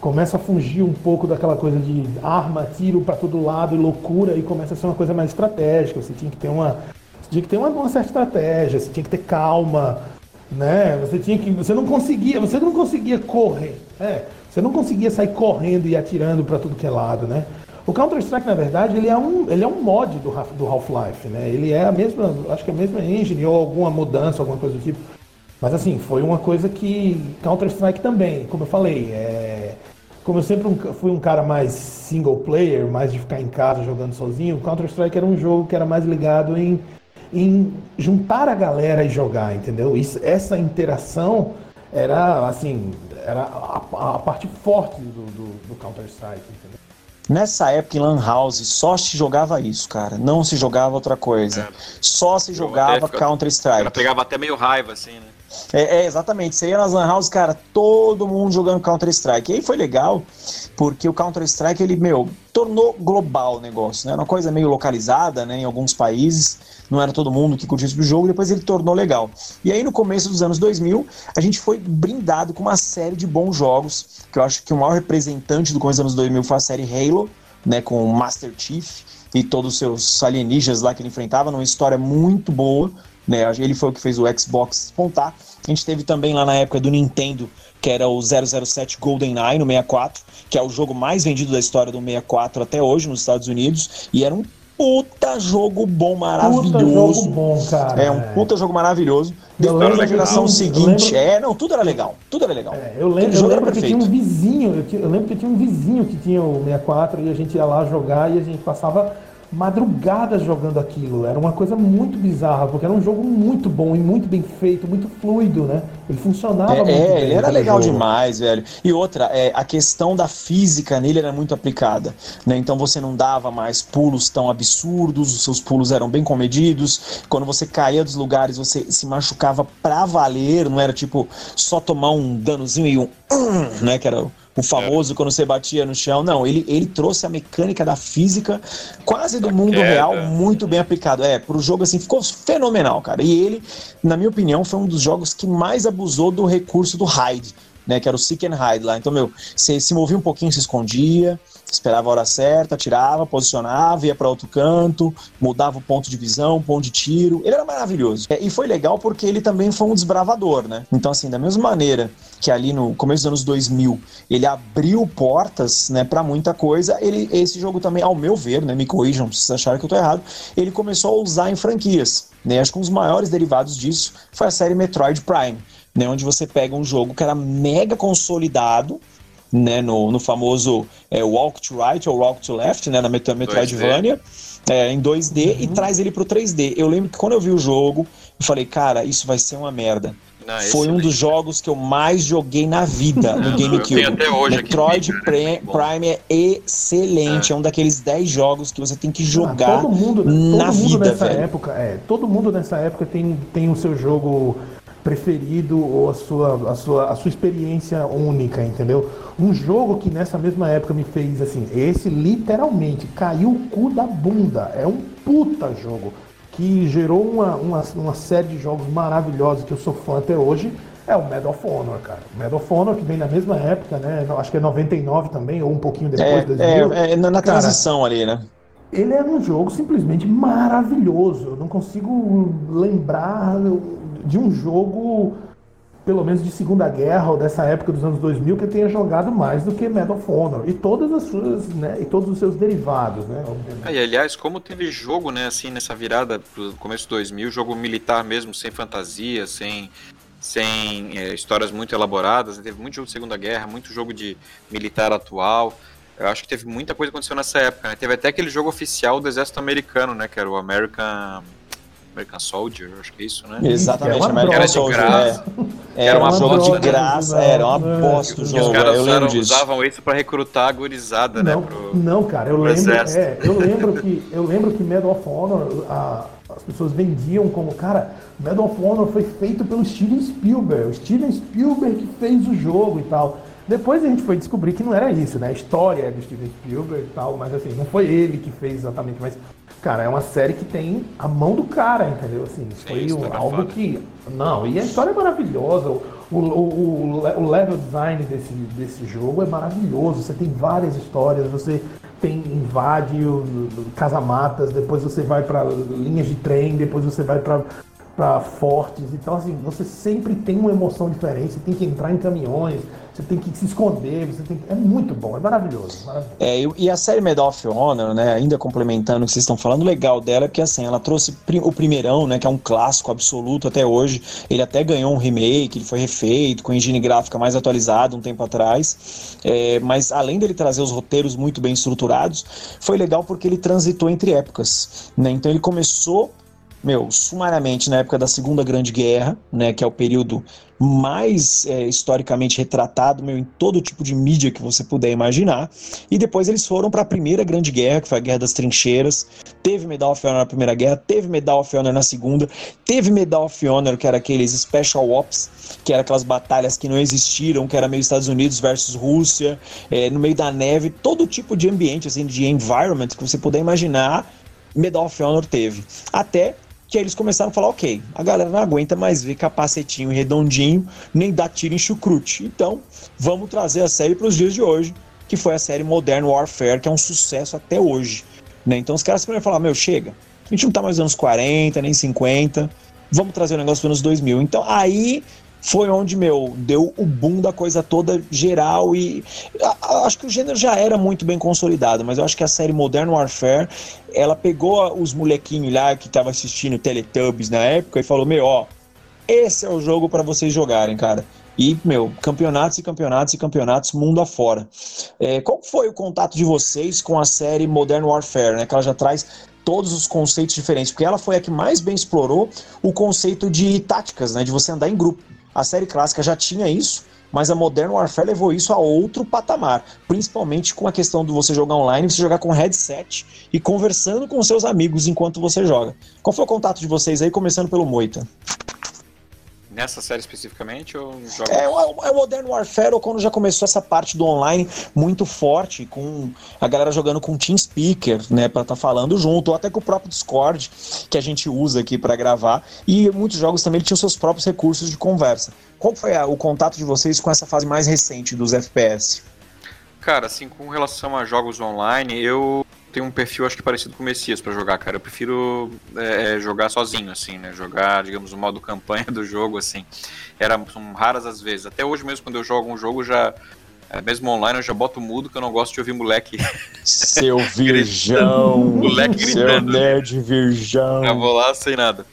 começa a fugir um pouco daquela coisa de arma, tiro para todo lado e loucura, e começa a ser uma coisa mais estratégica. Você tinha que ter uma certa estratégia, você tinha que ter calma, né? Você não conseguia correr, você não conseguia sair correndo e atirando para tudo que é lado, né? O Counter-Strike, na verdade, ele é um mod do Half-Life, né? Ele é acho que a mesma engine ou alguma mudança, alguma coisa do tipo. Mas assim, foi uma coisa que Counter-Strike também, como eu falei, como eu sempre fui um cara mais single player, mais de ficar em casa jogando sozinho, Counter-Strike era um jogo que era mais ligado em juntar a galera e jogar, entendeu? Essa interação era a parte forte do Counter-Strike, entendeu? Nessa época em Lan House só se jogava isso, cara. Não se jogava outra coisa. Só se jogava Counter-Strike. Ela pegava até meio raiva, assim, né? Exatamente. Você ia nas Lan House, cara, todo mundo jogando Counter-Strike. E aí foi legal, porque o Counter-Strike, ele, tornou global o negócio, né? Uma coisa meio localizada, né, em alguns países. Não era todo mundo que curtia esse jogo, depois ele tornou legal. E aí no começo dos anos 2000, a gente foi brindado com uma série de bons jogos, que eu acho que o maior representante do começo dos anos 2000 foi a série Halo, né, com o Master Chief e todos os seus alienígenas lá que ele enfrentava, numa história muito boa, né? Ele foi o que fez o Xbox despontar. A gente teve também lá na época do Nintendo, que era o 007 GoldenEye no 64, que é o jogo mais vendido da história do 64 até hoje nos Estados Unidos, e era um puta jogo bom, maravilhoso. Puta jogo bom, cara. Um puta jogo maravilhoso. Depois da geração seguinte, tudo era legal. Tudo era legal. Eu lembro que tinha um vizinho, eu lembro que tinha um vizinho que tinha o 64 e a gente ia lá jogar e a gente passava madrugadas jogando aquilo. Era uma coisa muito bizarra, porque era um jogo muito bom e muito bem feito, muito fluido, né? Ele funcionava muito bem. Ele era legal demais, velho. E outra, a questão da física nele era muito aplicada, né? Então você não dava mais pulos tão absurdos, os seus pulos eram bem comedidos. Quando você caía dos lugares, você se machucava pra valer, não era tipo só tomar um danozinho e né? Que era o famoso quando você batia no chão. Não, ele trouxe a mecânica da física quase do mundo real muito bem aplicado. Pro jogo, assim, ficou fenomenal, cara. E ele, na minha opinião, foi um dos jogos que mais abusou do recurso do hide, né, que era o seek and hide lá. Então, você se movia um pouquinho, se escondia, esperava a hora certa, tirava, posicionava, ia para outro canto, mudava o ponto de visão, ponto de tiro. Ele era maravilhoso. E foi legal porque ele também foi um desbravador, né? Então, assim, da mesma maneira que ali no começo dos anos 2000 ele abriu portas, né, para muita coisa, esse jogo também, ao meu ver, né, me corrijam se vocês acharem que eu tô errado, ele começou a usar em franquias, né? Acho que um dos maiores derivados disso foi a série Metroid Prime, né, onde você pega um jogo que era mega consolidado, né, no famoso Walk to Right ou Walk to Left, né, na Metroidvania, em 2D, e traz ele pro 3D. Eu lembro que quando eu vi o jogo, eu falei, cara, isso vai ser uma merda. Foi um dos jogos que eu mais joguei na vida no GameCube. Até hoje Metroid Prime é excelente, é um daqueles 10 jogos que você tem que jogar na vida, velho. Todo mundo nessa época tem o seu jogo preferido ou a sua experiência única, entendeu? Um jogo que nessa mesma época me fez assim, esse literalmente caiu o cu da bunda, é um puta jogo que gerou uma série de jogos maravilhosos que eu sou fã até hoje, é o Medal of Honor, cara. O Medal of Honor que vem na mesma época, né? Acho que é 99 também, ou um pouquinho depois de 2000. Na transição ali, né? Ele era um jogo simplesmente maravilhoso. Eu não consigo lembrar de um jogo, pelo menos de Segunda Guerra ou dessa época dos anos 2000, que eu tenha jogado mais do que Medal of Honor e todas as suas, né, e todos os seus derivados, né? E aliás, como teve jogo, né, assim, nessa virada pro começo de 2000, jogo militar mesmo, sem fantasia, sem histórias muito elaboradas, né? Teve muito jogo de Segunda Guerra, muito jogo de militar atual. Eu acho que teve muita coisa que aconteceu nessa época, né? Teve até aquele jogo oficial do exército americano, né, que era o American Soldier, acho que é isso, né? Exatamente, American Soldier. Era um jogo de graça, era uma bosta o jogo. Os caras usavam isso pra recrutar a gurizada, né? Não, cara, eu lembro que Medal of Honor, as pessoas vendiam como, cara, Medal of Honor foi feito pelo Steven Spielberg. O Steven Spielberg que fez o jogo e tal. Depois a gente foi descobrir que não era isso, né? A história é do Steven Spielberg e tal, mas assim, não foi ele que fez exatamente, mas, cara, é uma série que tem a mão do cara, entendeu? Assim, foi algo que... Não, e a história é maravilhosa, o level design desse jogo é maravilhoso, você tem várias histórias, você invade o casa-matas, depois você vai para linhas de trem, depois você vai para fortes, então assim, você sempre tem uma emoção diferente, você tem que entrar em caminhões, você tem que se esconder, é muito bom, é maravilhoso. E a série Medal of Honor, né, ainda complementando o que vocês estão falando, o legal dela é porque assim, ela trouxe o primeirão, né, que é um clássico absoluto até hoje, ele até ganhou um remake, ele foi refeito, com engine gráfica mais atualizada um tempo atrás, mas além dele trazer os roteiros muito bem estruturados, foi legal porque ele transitou entre épocas, né, então ele começou sumariamente na época da Segunda Grande Guerra, né, que é o período mais historicamente retratado, em todo tipo de mídia que você puder imaginar, e depois eles foram para a Primeira Grande Guerra, que foi a Guerra das Trincheiras, teve Medal of Honor na Primeira Guerra, teve Medal of Honor na Segunda, teve Medal of Honor, que era aqueles Special Ops, que era aquelas batalhas que não existiram, que era meio Estados Unidos versus Rússia, no meio da neve, todo tipo de ambiente, assim, de environment que você puder imaginar, Medal of Honor teve. Até que aí eles começaram a falar, ok, a galera não aguenta mais ver capacetinho redondinho, nem dar tiro em chucrute. Então, vamos trazer a série para os dias de hoje, que foi a série Modern Warfare, que é um sucesso até hoje. Né? Então os caras primeiro falaram, chega, a gente não tá mais nos anos 40, nem 50, vamos trazer o negócio para os anos 2000. Então aí foi onde, deu o boom da coisa toda geral e acho que o gênero já era muito bem consolidado, mas eu acho que a série Modern Warfare, ela pegou os molequinhos lá que estavam assistindo Teletubbies na época e falou, esse é o jogo para vocês jogarem, cara. E, campeonatos e campeonatos e campeonatos mundo afora. Qual foi o contato de vocês com a série Modern Warfare, né? Que ela já traz todos os conceitos diferentes, porque ela foi a que mais bem explorou o conceito de táticas, né? De você andar em grupo. A série clássica já tinha isso, mas a Modern Warfare levou isso a outro patamar, principalmente com a questão de você jogar online, você jogar com headset e conversando com seus amigos enquanto você joga. Qual foi o contato de vocês aí, começando pelo Moita? Nessa série especificamente ou jogos? É o Modern Warfare, ou quando já começou essa parte do online muito forte, com a galera jogando com TeamSpeaker, né, pra estar falando junto, ou até com o próprio Discord, que a gente usa aqui pra gravar, e muitos jogos também tinham seus próprios recursos de conversa. Qual foi o contato de vocês com essa fase mais recente dos FPS? Cara, assim, com relação a jogos online, eu tenho um perfil, acho que parecido com o Messias pra jogar, cara. Eu prefiro jogar sozinho, assim, né? Jogar, digamos, o modo campanha do jogo, assim. São raras as vezes. Até hoje mesmo, quando eu jogo um jogo, mesmo online, eu já boto mudo, que eu não gosto de ouvir moleque. Seu virgão! Moleque gritando. Seu nerd virgão! Eu vou lá sem nada.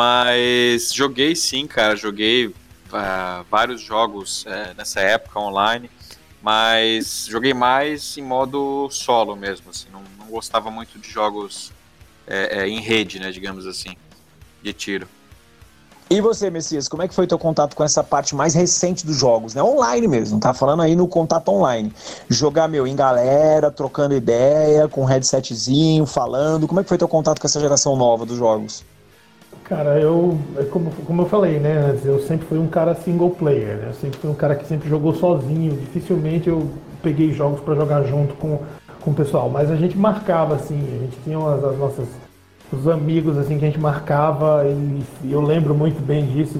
Mas joguei sim, cara. Joguei vários jogos nessa época online. Mas joguei mais em modo solo mesmo, assim, não gostava muito de jogos em rede, né, digamos assim, de tiro. E você, Messias, como é que foi teu contato com essa parte mais recente dos jogos, né, online mesmo, tá falando aí no contato online, jogar, em galera, trocando ideia, com um headsetzinho, falando, como é que foi teu contato com essa geração nova dos jogos? Cara, como eu falei, né, eu sempre fui um cara single player, né? Eu sempre fui um cara que sempre jogou sozinho, dificilmente eu peguei jogos para jogar junto com o pessoal, mas a gente marcava, assim, a gente tinha os amigos, assim, que a gente marcava e eu lembro muito bem disso,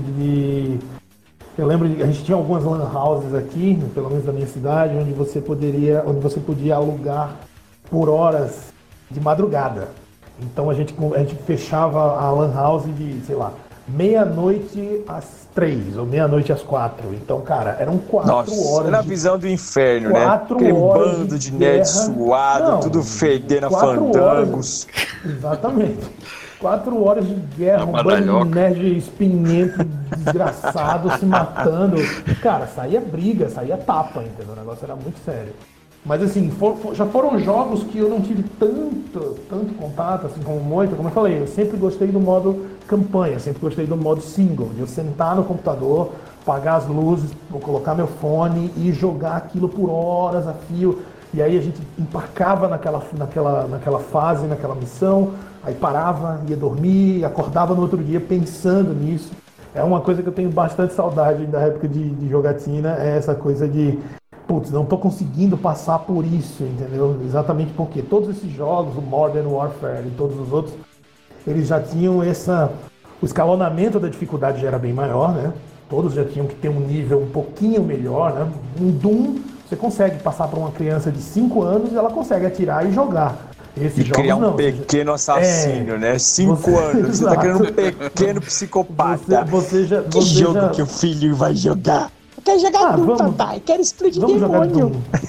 a gente tinha algumas lan houses aqui, pelo menos na minha cidade, onde você podia alugar por horas de madrugada. Então a gente fechava a lan house de, sei lá, meia-noite às 3 ou meia-noite às 4. Então, cara, eram 4 horas. Era a visão do inferno, né? Aquele bando de nerd suado, tudo fedendo a fandangos. Exatamente. 4 horas de guerra, um bando de nerd espinhento, desgraçado, se matando. Cara, saía briga, saía tapa, entendeu? O negócio era muito sério. Mas assim, já foram jogos que eu não tive tanto contato, assim como muito, como eu falei, eu sempre gostei do modo campanha, sempre gostei do modo single, de eu sentar no computador, apagar as luzes, colocar meu fone e jogar aquilo por horas a fio. E aí a gente empacava naquela fase, naquela missão, aí parava, ia dormir, acordava no outro dia pensando nisso. É uma coisa que eu tenho bastante saudade da época de jogatina, é essa coisa de putz, não tô conseguindo passar por isso, entendeu? Exatamente porque todos esses jogos, o Modern Warfare e todos os outros, eles já tinham o escalonamento da dificuldade já era bem maior, né? Todos já tinham que ter um nível um pouquinho melhor, né? Um Doom, você consegue passar para uma criança de 5 anos e ela consegue atirar e jogar. E criar um pequeno assassino, né? 5 anos, você tá criando um pequeno psicopata. Que jogo que o filho vai jogar? Eu quero jogar Doom, papai, quero explodir demônio.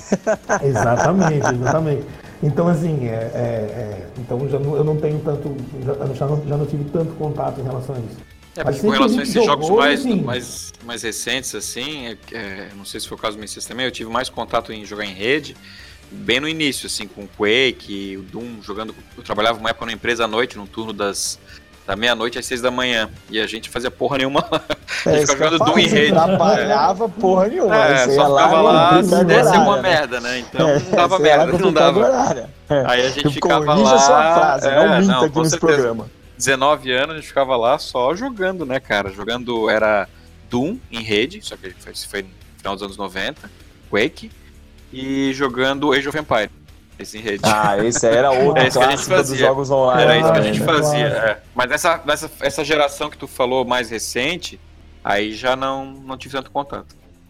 Exatamente. Então, assim, então eu não tenho tanto, já não tive tanto contato em relação a isso. Mas com relação a esses jogos mais recentes, assim, não sei se foi o caso do Messias também, eu tive mais contato em jogar em rede, bem no início, assim, com o Quake, o Doom, jogando. Eu trabalhava uma época numa empresa à noite, num turno da meia-noite às 6 da manhã. E a gente fazia porra nenhuma lá. A gente ficava jogando Doom em rede. Trabalhava porra nenhuma. Só ficava lá, se desse uma merda, né? Então não dava merda, não dava. Aí a gente ficava lá. Sua frase, não minta aqui nesse programa. 19 anos a gente ficava lá só jogando, né, cara? Era Doom em rede, só que foi no final dos anos 90, Quake, e jogando Age of Empires em rede. Esse era outro clássico dos jogos online. Era isso que a gente fazia. Mas essa geração que tu falou mais recente, aí já não tive tanto contato.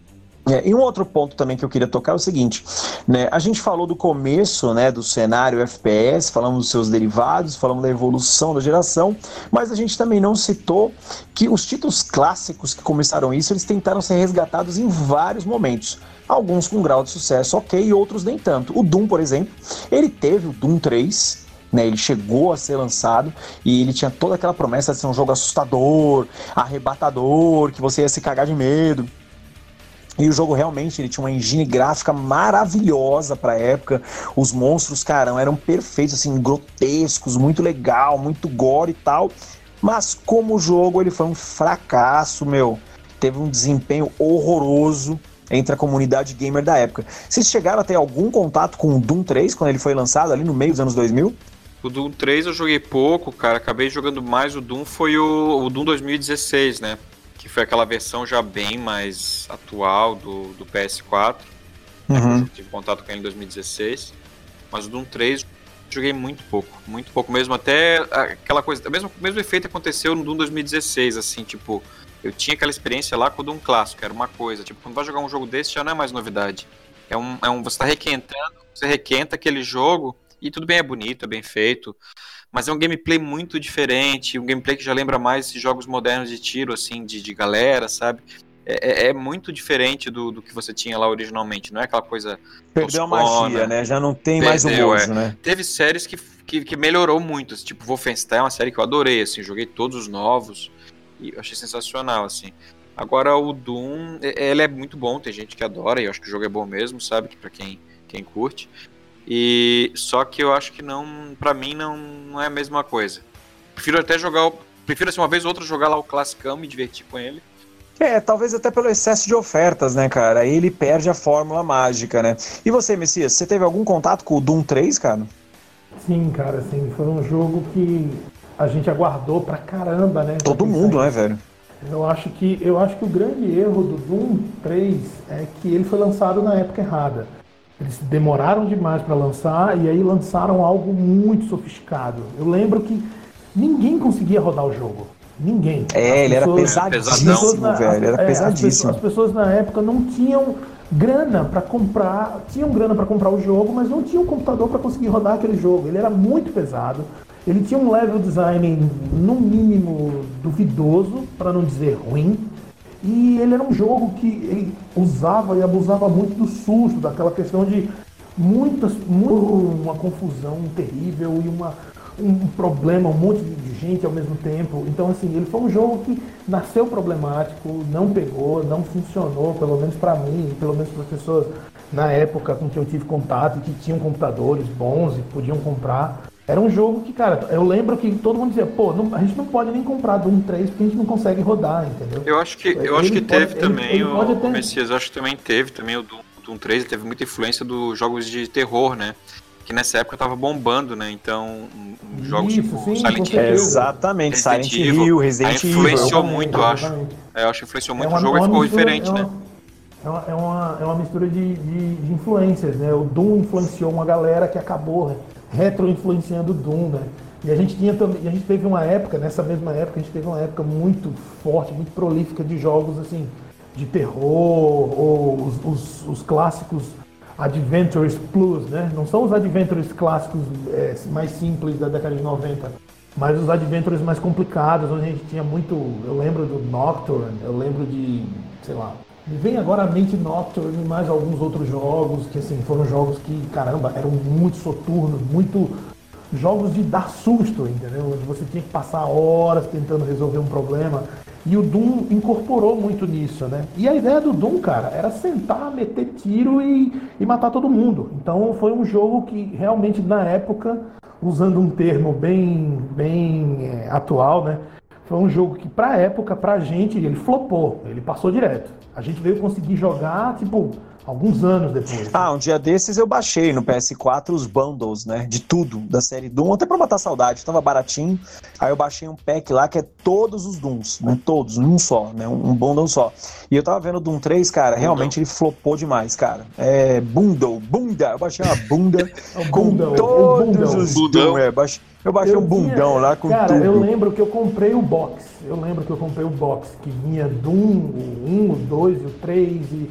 E um outro ponto também que eu queria tocar é o seguinte, né? A gente falou do começo, né, do cenário FPS, falamos dos seus derivados, falamos da evolução da geração, mas a gente também não citou que os títulos clássicos que começaram isso, eles tentaram ser resgatados em vários momentos. Alguns com grau de sucesso ok, e outros nem tanto. O Doom, por exemplo, ele teve o Doom 3, né, ele chegou a ser lançado e ele tinha toda aquela promessa de ser um jogo assustador, arrebatador, que você ia se cagar de medo. E o jogo realmente ele tinha uma engine gráfica maravilhosa para a época. Os monstros, cara, eram perfeitos, assim, grotescos, muito legal, muito gore e tal. Mas como jogo ele foi um fracasso, meu. Teve um desempenho horroroso entre a comunidade gamer da época. Vocês chegaram a ter algum contato com o Doom 3 quando ele foi lançado ali no meio dos anos 2000? O Doom 3 eu joguei pouco, cara. Acabei jogando mais o Doom, foi o Doom 2016, né? Que foi aquela versão já bem mais atual do PS4. Né, eu tive contato com ele em 2016. Mas o Doom 3 joguei muito pouco mesmo. Até aquela coisa, o mesmo efeito aconteceu no Doom 2016, assim, tipo, eu tinha aquela experiência lá com o Doom clássico, era uma coisa, tipo, quando vai jogar um jogo desse já não é mais novidade. Você tá requentando, você requenta aquele jogo e tudo bem, é bonito, é bem feito. Mas é um gameplay muito diferente, um gameplay que já lembra mais esses jogos modernos de tiro, assim, de galera, sabe? É muito diferente do que você tinha lá originalmente, não é aquela coisa... Perdeu a magia, né? Já não tem mais o gozo, né? Teve séries que melhorou muito, assim, tipo Wolfenstein é uma série que eu adorei, assim, joguei todos os novos e eu achei sensacional, assim. Agora o Doom, ele é muito bom, tem gente que adora e eu acho que o jogo é bom mesmo, sabe? Que pra quem curte. E só que eu acho que pra mim não é a mesma coisa. Prefiro assim, uma vez ou outra jogar lá o classicão, me divertir com ele. Talvez até pelo excesso de ofertas, né, cara? Aí ele perde a fórmula mágica, né? E você, Messias, você teve algum contato com o Doom 3, cara? Sim, cara, assim, foi um jogo que a gente aguardou pra caramba, né? Todo mundo, né, velho? Eu acho que o grande erro do Doom 3 é que ele foi lançado na época errada. Eles demoraram demais para lançar e aí lançaram algo muito sofisticado. Eu lembro que ninguém conseguia rodar o jogo. Ninguém. Ele era pesadíssimo, velho. Era pesadíssimo. As pessoas na época não tinham grana para comprar. Tinham grana para comprar o jogo, mas não tinham computador para conseguir rodar aquele jogo. Ele era muito pesado. Ele tinha um level design, no mínimo, duvidoso, para não dizer ruim. E ele era um jogo que ele usava e abusava muito do susto, daquela questão de uma confusão terrível e um problema, um monte de gente ao mesmo tempo. Então, assim, ele foi um jogo que nasceu problemático, não pegou, não funcionou, pelo menos para mim, pelo menos para as pessoas na época com que eu tive contato e que tinham computadores bons e podiam comprar. Era um jogo que, cara, eu lembro que todo mundo dizia, a gente não pode nem comprar Doom 3 porque a gente não consegue rodar, entendeu? Eu acho que teve também o Messias, eu acho que também teve também o Doom 3, ele teve muita influência dos jogos de terror, né? Que nessa época tava bombando, né? Então, jogos tipo Silent Hill. Exatamente, Silent Hill, Resident Evil. Influenciou muito, eu acho. Eu acho que influenciou muito o jogo e ficou diferente, né? É uma mistura de influências, né? O Doom influenciou uma galera que acabou retro-influenciando o Doom, né? E a gente teve uma época, nessa mesma época, a gente teve uma época muito forte, muito prolífica de jogos, assim, de terror, ou os clássicos Adventures Plus, né? Não são os Adventures clássicos mais simples da década de 90, mas os Adventures mais complicados, onde a gente tinha muito... Eu lembro do Nocturne, eu lembro de, sei lá... Me vem agora à mente Nocturne e mais alguns outros jogos, que assim, foram jogos que, caramba, eram muito soturnos, muito jogos de dar susto, entendeu? Onde você tinha que passar horas tentando resolver um problema. E o Doom incorporou muito nisso, né? E a ideia do Doom, cara, era sentar, meter tiro e matar todo mundo. Então foi um jogo que realmente, na época, usando um termo bem atual, né? Foi um jogo que, pra época, pra gente, ele flopou, ele passou direto. A gente veio conseguir jogar, tipo, alguns anos depois. Um dia desses eu baixei no PS4 os bundles, né, de tudo, da série Doom, até pra matar saudade, tava baratinho, aí eu baixei um pack lá que é todos os Dooms, né, todos, num só, né, um bundle só. E eu tava vendo o Doom 3, cara, realmente ele flopou demais, cara. Bunda, eu baixei uma bunda com todos os Doom, eu baixei um bundão lá com cara, tudo. Eu lembro que eu comprei o box, que vinha Doom, o 1, o 2, o 3 e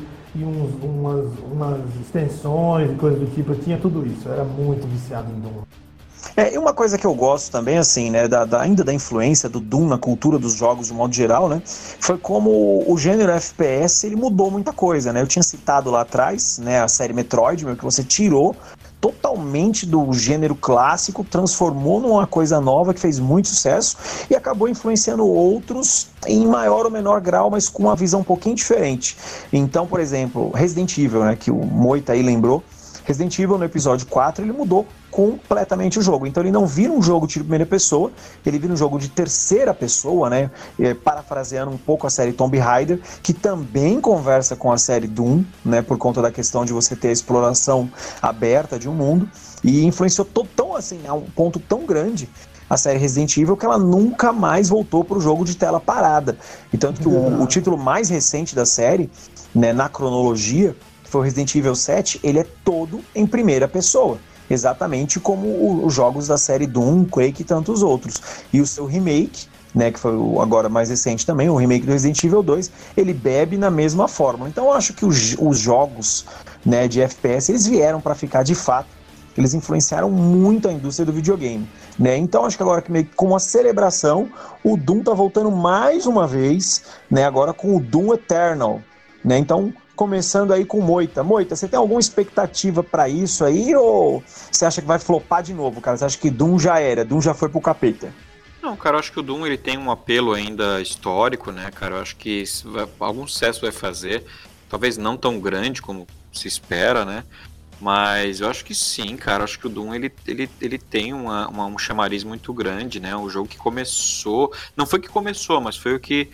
umas extensões e coisas do tipo, eu tinha tudo isso, eu era muito viciado em Doom. E uma coisa que eu gosto também, assim, né, ainda da influência do Doom na cultura dos jogos de modo geral, né, foi como o gênero FPS, ele mudou muita coisa, né, eu tinha citado lá atrás, né, a série Metroid, que você tirou totalmente do gênero clássico, transformou numa coisa nova que fez muito sucesso e acabou influenciando outros em maior ou menor grau, mas com uma visão um pouquinho diferente. Então, por exemplo, Resident Evil, né, que o Moita aí lembrou, Resident Evil no episódio 4 ele mudou completamente o jogo, então ele não vira um jogo de primeira pessoa, ele vira um jogo de terceira pessoa, né, parafraseando um pouco a série Tomb Raider, que também conversa com a série Doom, né, por conta da questão de você ter a exploração aberta de um mundo, e influenciou tão assim, a um ponto tão grande a série Resident Evil que ela nunca mais voltou para o jogo de tela parada. E tanto que o título mais recente da série, né, na cronologia, que foi o Resident Evil 7, ele é todo em primeira pessoa. Exatamente como os jogos da série Doom, Quake e tantos outros. E o seu remake, né, que foi o agora mais recente também, o remake do Resident Evil 2, ele bebe na mesma fórmula. Então eu acho que os jogos, né, de FPS, eles vieram para ficar de fato. Eles influenciaram muito a indústria do videogame, né? Então acho que agora que meio que com uma celebração, o Doom tá voltando mais uma vez, né, agora com o Doom Eternal, né? Então, começando aí com Moita. Moita, você tem alguma expectativa pra isso aí ou você acha que vai flopar de novo, cara? Você acha que Doom já era, Doom já foi pro capeta? Não, cara, eu acho que o Doom ele tem um apelo ainda histórico, né, cara? Eu acho que algum sucesso vai fazer, talvez não tão grande como se espera, né? Mas eu acho que sim, cara. Eu acho que o Doom ele tem um chamariz muito grande, né? Um jogo que começou, não foi que começou, mas foi o que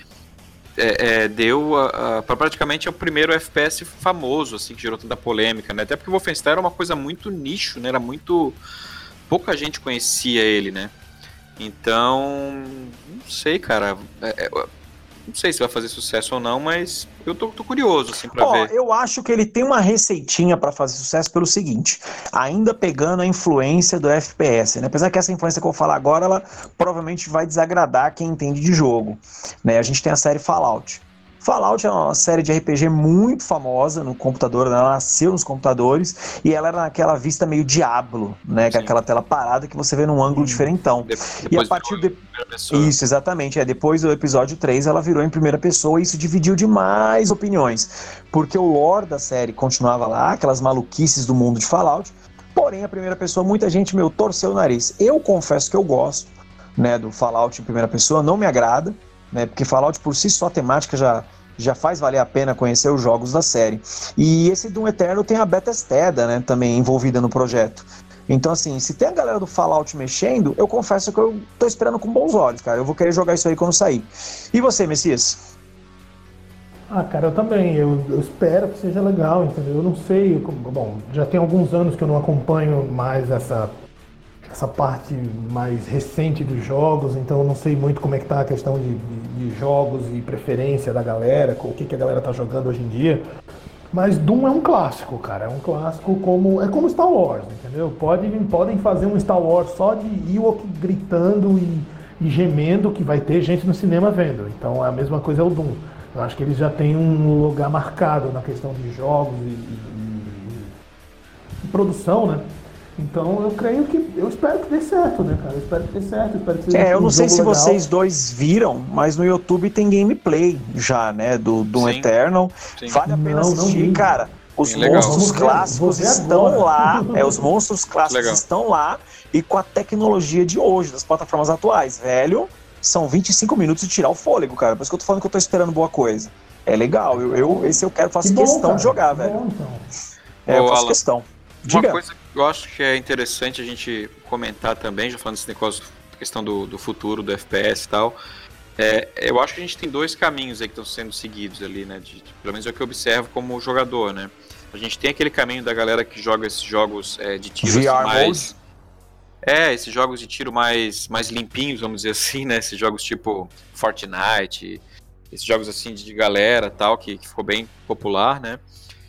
deu para praticamente o primeiro FPS famoso, assim, que gerou tanta polêmica, né? Até porque o Wolfenstein era uma coisa muito nicho, né? Era muito... pouca gente conhecia ele, né? Então, não sei, cara. Não sei se vai fazer sucesso ou não, mas eu tô curioso, assim, pra ver. Eu acho que ele tem uma receitinha pra fazer sucesso pelo seguinte, ainda pegando a influência do FPS, né? Apesar que essa influência que eu vou falar agora, ela provavelmente vai desagradar quem entende de jogo, né? A gente tem a série Fallout. Fallout é uma série de RPG muito famosa no computador, né? Ela nasceu nos computadores e ela era naquela vista meio Diablo, né? Que é aquela tela parada que você vê num ângulo diferentão. E a partir de... Isso, exatamente. Depois do episódio 3 ela virou em primeira pessoa e isso dividiu demais opiniões. Porque o lore da série continuava lá, aquelas maluquices do mundo de Fallout, porém a primeira pessoa, muita gente, torceu o nariz. Eu confesso que eu gosto, né, do Fallout em primeira pessoa, não me agrada, né, porque Fallout por si só a temática já faz valer a pena conhecer os jogos da série. E esse Doom Eternal tem a Bethesda, né, também envolvida no projeto. Então, assim, se tem a galera do Fallout mexendo, eu confesso que eu tô esperando com bons olhos, cara. Eu vou querer jogar isso aí quando sair. E você, Messias? Cara, eu também. Eu espero que seja legal, entendeu? Eu não sei. Bom, já tem alguns anos que eu não acompanho mais essa parte mais recente dos jogos, então eu não sei muito como é que tá a questão de jogos e preferência da galera, o que a galera tá jogando hoje em dia. Mas Doom é um clássico, cara. É um clássico como. É como Star Wars, entendeu? Podem fazer um Star Wars só de Ewok gritando e gemendo, que vai ter gente no cinema vendo. Então a mesma coisa é o Doom. Eu acho que eles já têm um lugar marcado na questão de jogos e produção, né? Então eu espero que dê certo, né, cara? Eu espero que dê certo, espero que seja eu não sei se legal. vocês dois viram, mas no YouTube tem gameplay já, né, do Doom Eternal. Sim. Vale a pena assistir, cara. Os monstros clássicos estão lá, os monstros clássicos estão lá, e com a tecnologia de hoje, das plataformas atuais, velho, são 25 minutos de tirar o fôlego, cara. Por isso que eu tô falando que eu tô esperando boa coisa. É legal, esse eu faço questão de jogar, velho. Bom, então. Eu faço questão. Diga. Uma coisa que eu acho que é interessante a gente comentar também, já falando desse negócio, questão do futuro, do FPS e tal, eu acho que a gente tem dois caminhos aí que estão sendo seguidos ali, né, pelo menos é o que eu observo como jogador, né. A gente tem aquele caminho da galera que joga esses jogos de tiro VR assim, mais... mode? Esses jogos de tiro mais limpinhos, vamos dizer assim, né, esses jogos tipo Fortnite, esses jogos assim de galera e tal, que ficou bem popular, né.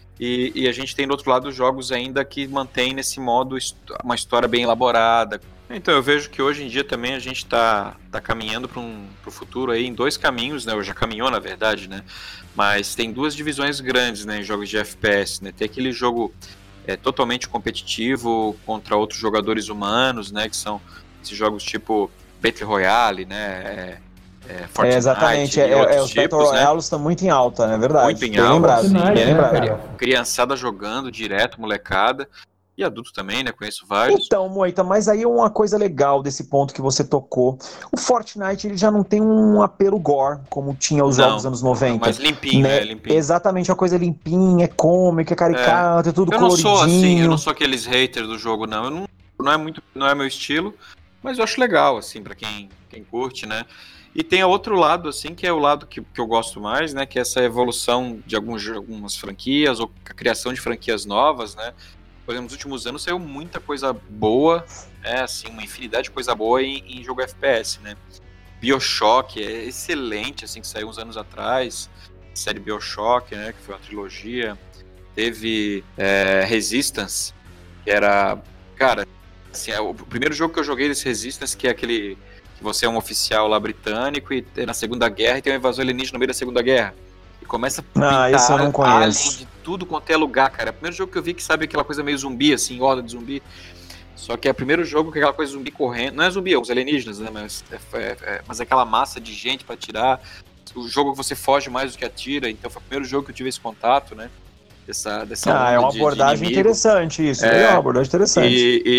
E a gente tem do outro lado os jogos ainda que mantém nesse modo uma história bem elaborada. Então eu vejo que hoje em dia também a gente tá caminhando para o futuro aí em dois caminhos, né? Ou já caminhou na verdade, né? Mas tem duas divisões grandes, né, em jogos de FPS, né? Tem aquele jogo totalmente competitivo contra outros jogadores humanos, né? Que são esses jogos tipo Battle Royale, né? Fortnite, exatamente, os Battle Royales estão muito em alta, é verdade. Muito em alta, bem lembrado. Criançada jogando direto, molecada, e adulto também, né, conheço vários. Então, Moita, mas aí uma coisa legal desse ponto que você tocou, o Fortnite ele já não tem um apelo gore, como tinha os jogos dos anos 90. Mas limpinho, né? Limpinho. Exatamente, uma coisa limpinha, é cômica, é caricata, é tudo coloridinho. Eu não sou assim, eu não sou aqueles haters do jogo, não. Não é meu estilo, mas eu acho legal, assim, pra quem curte, né. E tem outro lado, assim, que é o lado que eu gosto mais, né? Que é essa evolução de algumas franquias, ou a criação de franquias novas, né? Por exemplo, nos últimos anos saiu muita coisa boa, assim, uma infinidade de coisa boa em jogo FPS, né? BioShock é excelente, assim, que saiu uns anos atrás, a série BioShock, né? Que foi uma trilogia. Teve Resistance, que era, cara, assim, o primeiro jogo que eu joguei desse Resistance, que é aquele... Você é um oficial lá britânico e na Segunda Guerra e tem uma invasão alienígena no meio da Segunda Guerra. E começa a pintar isso eu não conheço. de tudo quanto é lugar, cara. É o primeiro jogo que eu vi que sabe aquela coisa meio zumbi, assim, horda de zumbi. Só que é o primeiro jogo que é aquela coisa zumbi correndo. Não é zumbi, é os alienígenas, né? Mas é aquela massa de gente pra atirar. O jogo que você foge mais do que atira. Então foi o primeiro jogo que eu tive esse contato, né? Dessa é uma abordagem interessante isso. É uma abordagem interessante.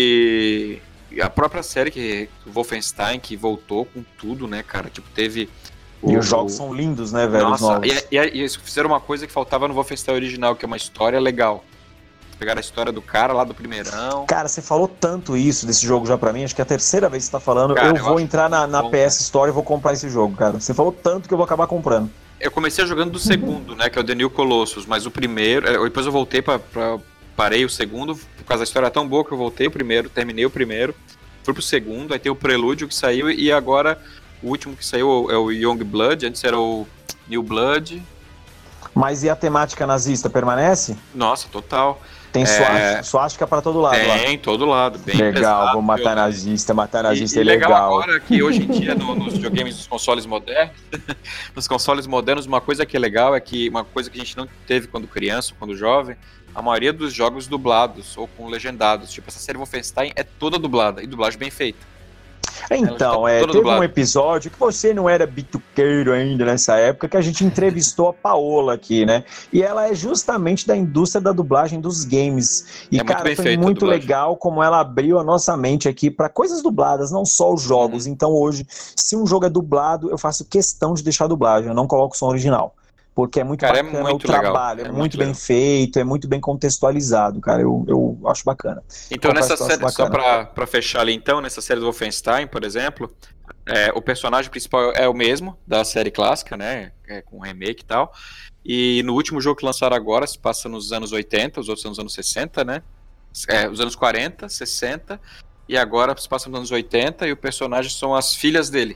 E a própria série, o Wolfenstein, que voltou com tudo, né, cara? Tipo, teve... E os jogos são lindos, né, velho? Nossa, e eles fizeram uma coisa que faltava no Wolfenstein original, que é uma história legal. Pegaram a história do cara lá do primeirão. Cara, você falou tanto isso desse jogo já pra mim, acho que é a terceira vez que você tá falando. Cara, eu vou entrar na PS Store e vou comprar esse jogo, cara. Você falou tanto que eu vou acabar comprando. Eu comecei jogando do segundo, né, que é o The New Colossus, mas o primeiro... Depois eu voltei parei o segundo, por causa da história tão boa que eu voltei o primeiro, terminei o primeiro, fui pro segundo, aí tem o Prelúdio que saiu, e agora o último que saiu é o Young Blood, antes era o New Blood. Mas e a temática nazista permanece? Nossa, total. Tem suástica pra todo lado lá. Tem, todo lado. Bem legal, pesado, vou matar nazista é legal. Legal agora que hoje em dia nos videogames dos consoles modernos, nos consoles modernos, uma coisa que é legal é que uma coisa que a gente não teve quando criança, quando jovem, a maioria dos jogos dublados ou com legendados. Tipo, essa série Wolfenstein é toda dublada, e dublagem bem feita. Então, teve um episódio que você não era bituqueiro ainda nessa época, que a gente entrevistou a Paola aqui, né? E ela é justamente da indústria da dublagem dos games. E, cara, foi muito legal como ela abriu a nossa mente aqui para coisas dubladas, não só os jogos. Então, hoje, se um jogo é dublado, eu faço questão de deixar a dublagem, eu não coloco o som original. Porque é muito bacana o trabalho, é muito bem feito, é muito bem contextualizado, cara, eu acho bacana. Então nessa série, só pra fechar ali então, nessa série do Wolfenstein, por exemplo, o personagem principal é o mesmo, da série clássica, né, com remake e tal, e no último jogo que lançaram agora, se passa nos anos 80, os outros são nos anos 60, né, os anos 40, 60, e agora se passa nos anos 80, e o personagem são as filhas dele.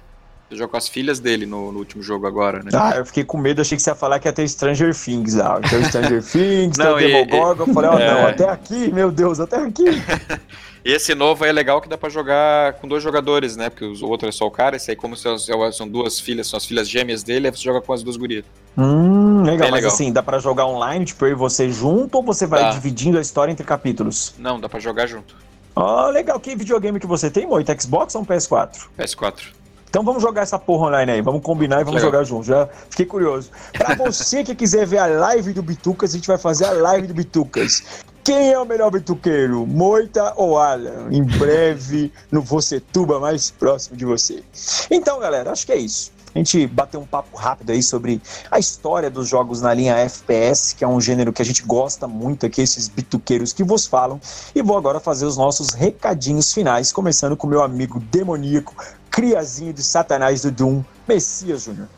Você joga com as filhas dele no último jogo agora, né? Ah, eu fiquei com medo, achei que você ia falar que ia ter Stranger Things lá. Tem o Stranger Things, tem Não, o Demogorgon. Eu falei, não, é. até aqui, meu Deus, até aqui. E esse novo aí é legal que dá pra jogar com 2 jogadores, né? Porque o outro é só o cara, esse aí como são 2 filhas, são as filhas gêmeas dele, aí você joga com as 2 gurias. Legal, Bem mas legal. assim, dá pra jogar online, tipo, eu e você junto, ou você vai Dá. dividindo a história entre capítulos? Não, dá pra jogar junto. Legal, que videogame que você tem, Moita? Xbox ou um PS4? PS4. Então vamos jogar essa porra online aí, vamos combinar e vamos Legal. jogar junto, já fiquei curioso. Pra você que quiser ver a live do Bitucas, a gente vai fazer a live do Bitucas. Quem é o melhor bituqueiro, Moita ou Alan? Em breve no Vocetuba mais próximo de você. Então galera, acho que é isso. A gente bateu um papo rápido aí sobre a história dos jogos na linha FPS, que é um gênero que a gente gosta muito aqui, esses bituqueiros que vos falam. E vou agora fazer os nossos recadinhos finais, começando com meu amigo demoníaco, criazinho de Satanás do Doom, Messias Júnior.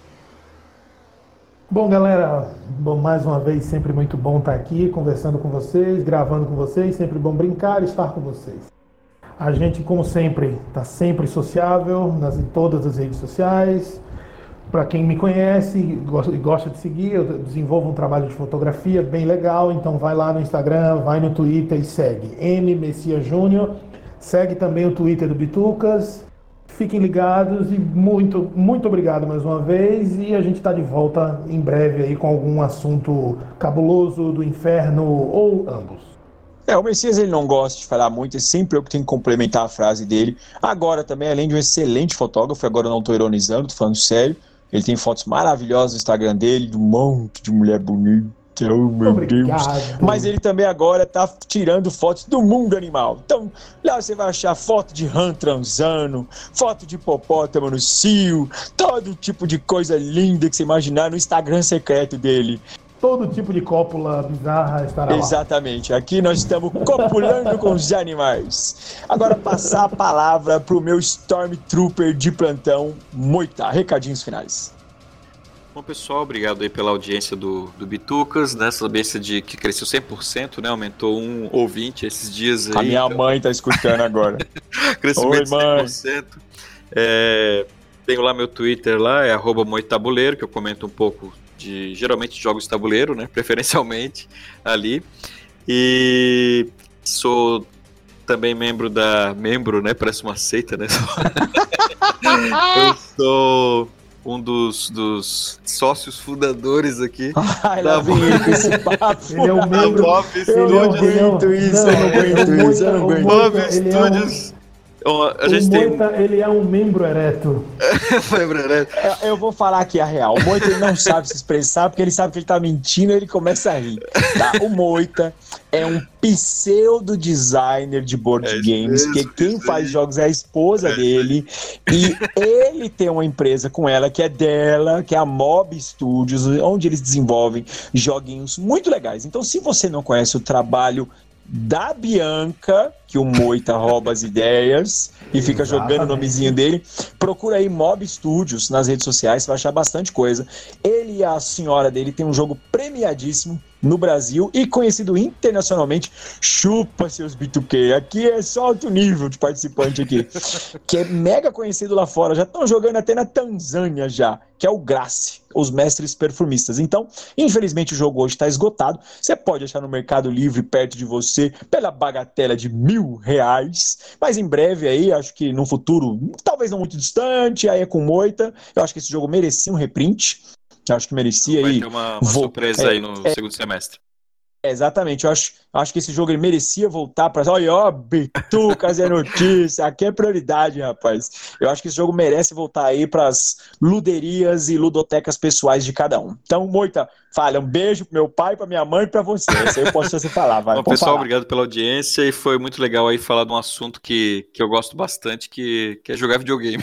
Bom, galera, mais uma vez, sempre muito bom estar aqui, conversando com vocês, gravando com vocês, sempre bom brincar e estar com vocês. A gente, como sempre, está sempre sociável em todas as redes sociais. Para quem me conhece e gosta de seguir, eu desenvolvo um trabalho de fotografia bem legal, então vai lá no Instagram, vai no Twitter e segue M Messias Júnior, segue também o Twitter do Bitucas. Fiquem ligados e muito, muito obrigado mais uma vez, e a gente está de volta em breve aí com algum assunto cabuloso do inferno ou ambos. O Messias ele não gosta de falar muito, é sempre eu que tenho que complementar a frase dele. Agora também, além de um excelente fotógrafo, agora eu não estou ironizando, estou falando sério, ele tem fotos maravilhosas no Instagram dele, de um monte de mulher bonita. Oh, meu Deus. Mas ele também agora tá tirando fotos do mundo animal. Então, lá você vai achar foto de rã transando, foto de hipopótamo no cio, todo tipo de coisa linda que você imaginar no Instagram secreto dele. Todo tipo de cópula bizarra estará lá. Exatamente. Aqui nós estamos copulando com os animais. Agora passar a palavra pro meu Stormtrooper de plantão, Moita. Recadinhos finais. Bom, pessoal, obrigado aí pela audiência do Bitucas, né? Essa audiência que cresceu 100%, né? Aumentou um ouvinte esses dias aí. A minha mãe tá escutando agora. Crescimento de 100%. Tenho lá meu Twitter lá, é @moitabuleiro, que eu comento um pouco de, geralmente, jogos de tabuleiro, né? Preferencialmente ali. E sou também membro, né? Parece uma seita, né? Eu sou um dos sócios fundadores aqui. Ai, lá vem ele com esse papo. Ele é um membro. Eu não aguento isso, eu não aguento isso, eu não aguento. Mob Studios. A gente tem... Moita, ele é um membro ereto. Membro ereto. Eu vou falar aqui a real. O Moita ele não sabe se expressar, porque ele sabe que ele tá mentindo e ele começa a rir. Tá? O Moita é um pseudo designer de board games, que quem faz jogos é a esposa dele, e ele tem uma empresa com ela que é dela, que é a Mob Studios, onde eles desenvolvem joguinhos muito legais. Então, se você não conhece o trabalho da Bianca, que o Moita rouba as ideias e fica jogando o nomezinho dele, procura aí Mob Studios nas redes sociais, você vai achar bastante coisa. Ele e a senhora dele tem um jogo premiadíssimo no Brasil e conhecido internacionalmente. Chupa, seus bituqueiros, aqui é só alto nível de participante aqui, que é mega conhecido lá fora, já estão jogando até na Tanzânia já, que é o Grace, os mestres perfumistas. Então, infelizmente o jogo hoje está esgotado, você pode achar no Mercado Livre perto de você pela bagatela de R$1.000, mas em breve aí, acho que num futuro, talvez não muito distante, aí é com Moita, eu acho que esse jogo merecia um reprint. Eu acho que merecia Vai aí. ter uma surpresa aí no segundo semestre. Exatamente, eu acho que esse jogo ele merecia voltar para. Olha, ó, Bitucas é notícia, aqui é prioridade, rapaz. Eu acho que esse jogo merece voltar aí para as luderias e ludotecas pessoais de cada um. Então, Moita, fala, um beijo pro meu pai, pra minha mãe e pra você. Isso aí eu posso você falar, vai. Bom, pessoal, falar. Obrigado pela audiência e foi muito legal aí falar de um assunto que eu gosto bastante, que é jogar videogame.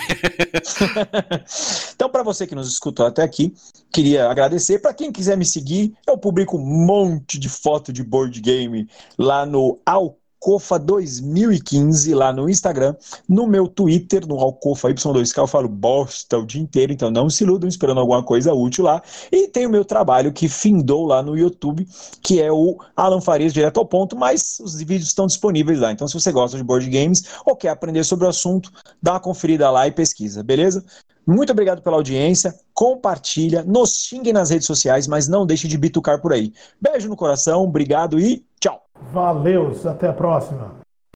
Então, para você que nos escutou até aqui, queria agradecer. Para quem quiser me seguir, eu publico um monte de foto de board game lá no Alcofa 2015, lá no Instagram, no meu Twitter, no Alcofa Y2K, eu falo bosta o dia inteiro, então não se iludam esperando alguma coisa útil lá. E tem o meu trabalho que findou lá no YouTube, que é o Alan Farias Direto ao Ponto, mas os vídeos estão disponíveis lá. Então, se você gosta de board games ou quer aprender sobre o assunto, dá uma conferida lá e pesquisa, beleza? Muito obrigado pela audiência, compartilha, nos xinguem nas redes sociais, mas não deixe de bitucar por aí. Beijo no coração, obrigado e tchau! Valeu, até a próxima.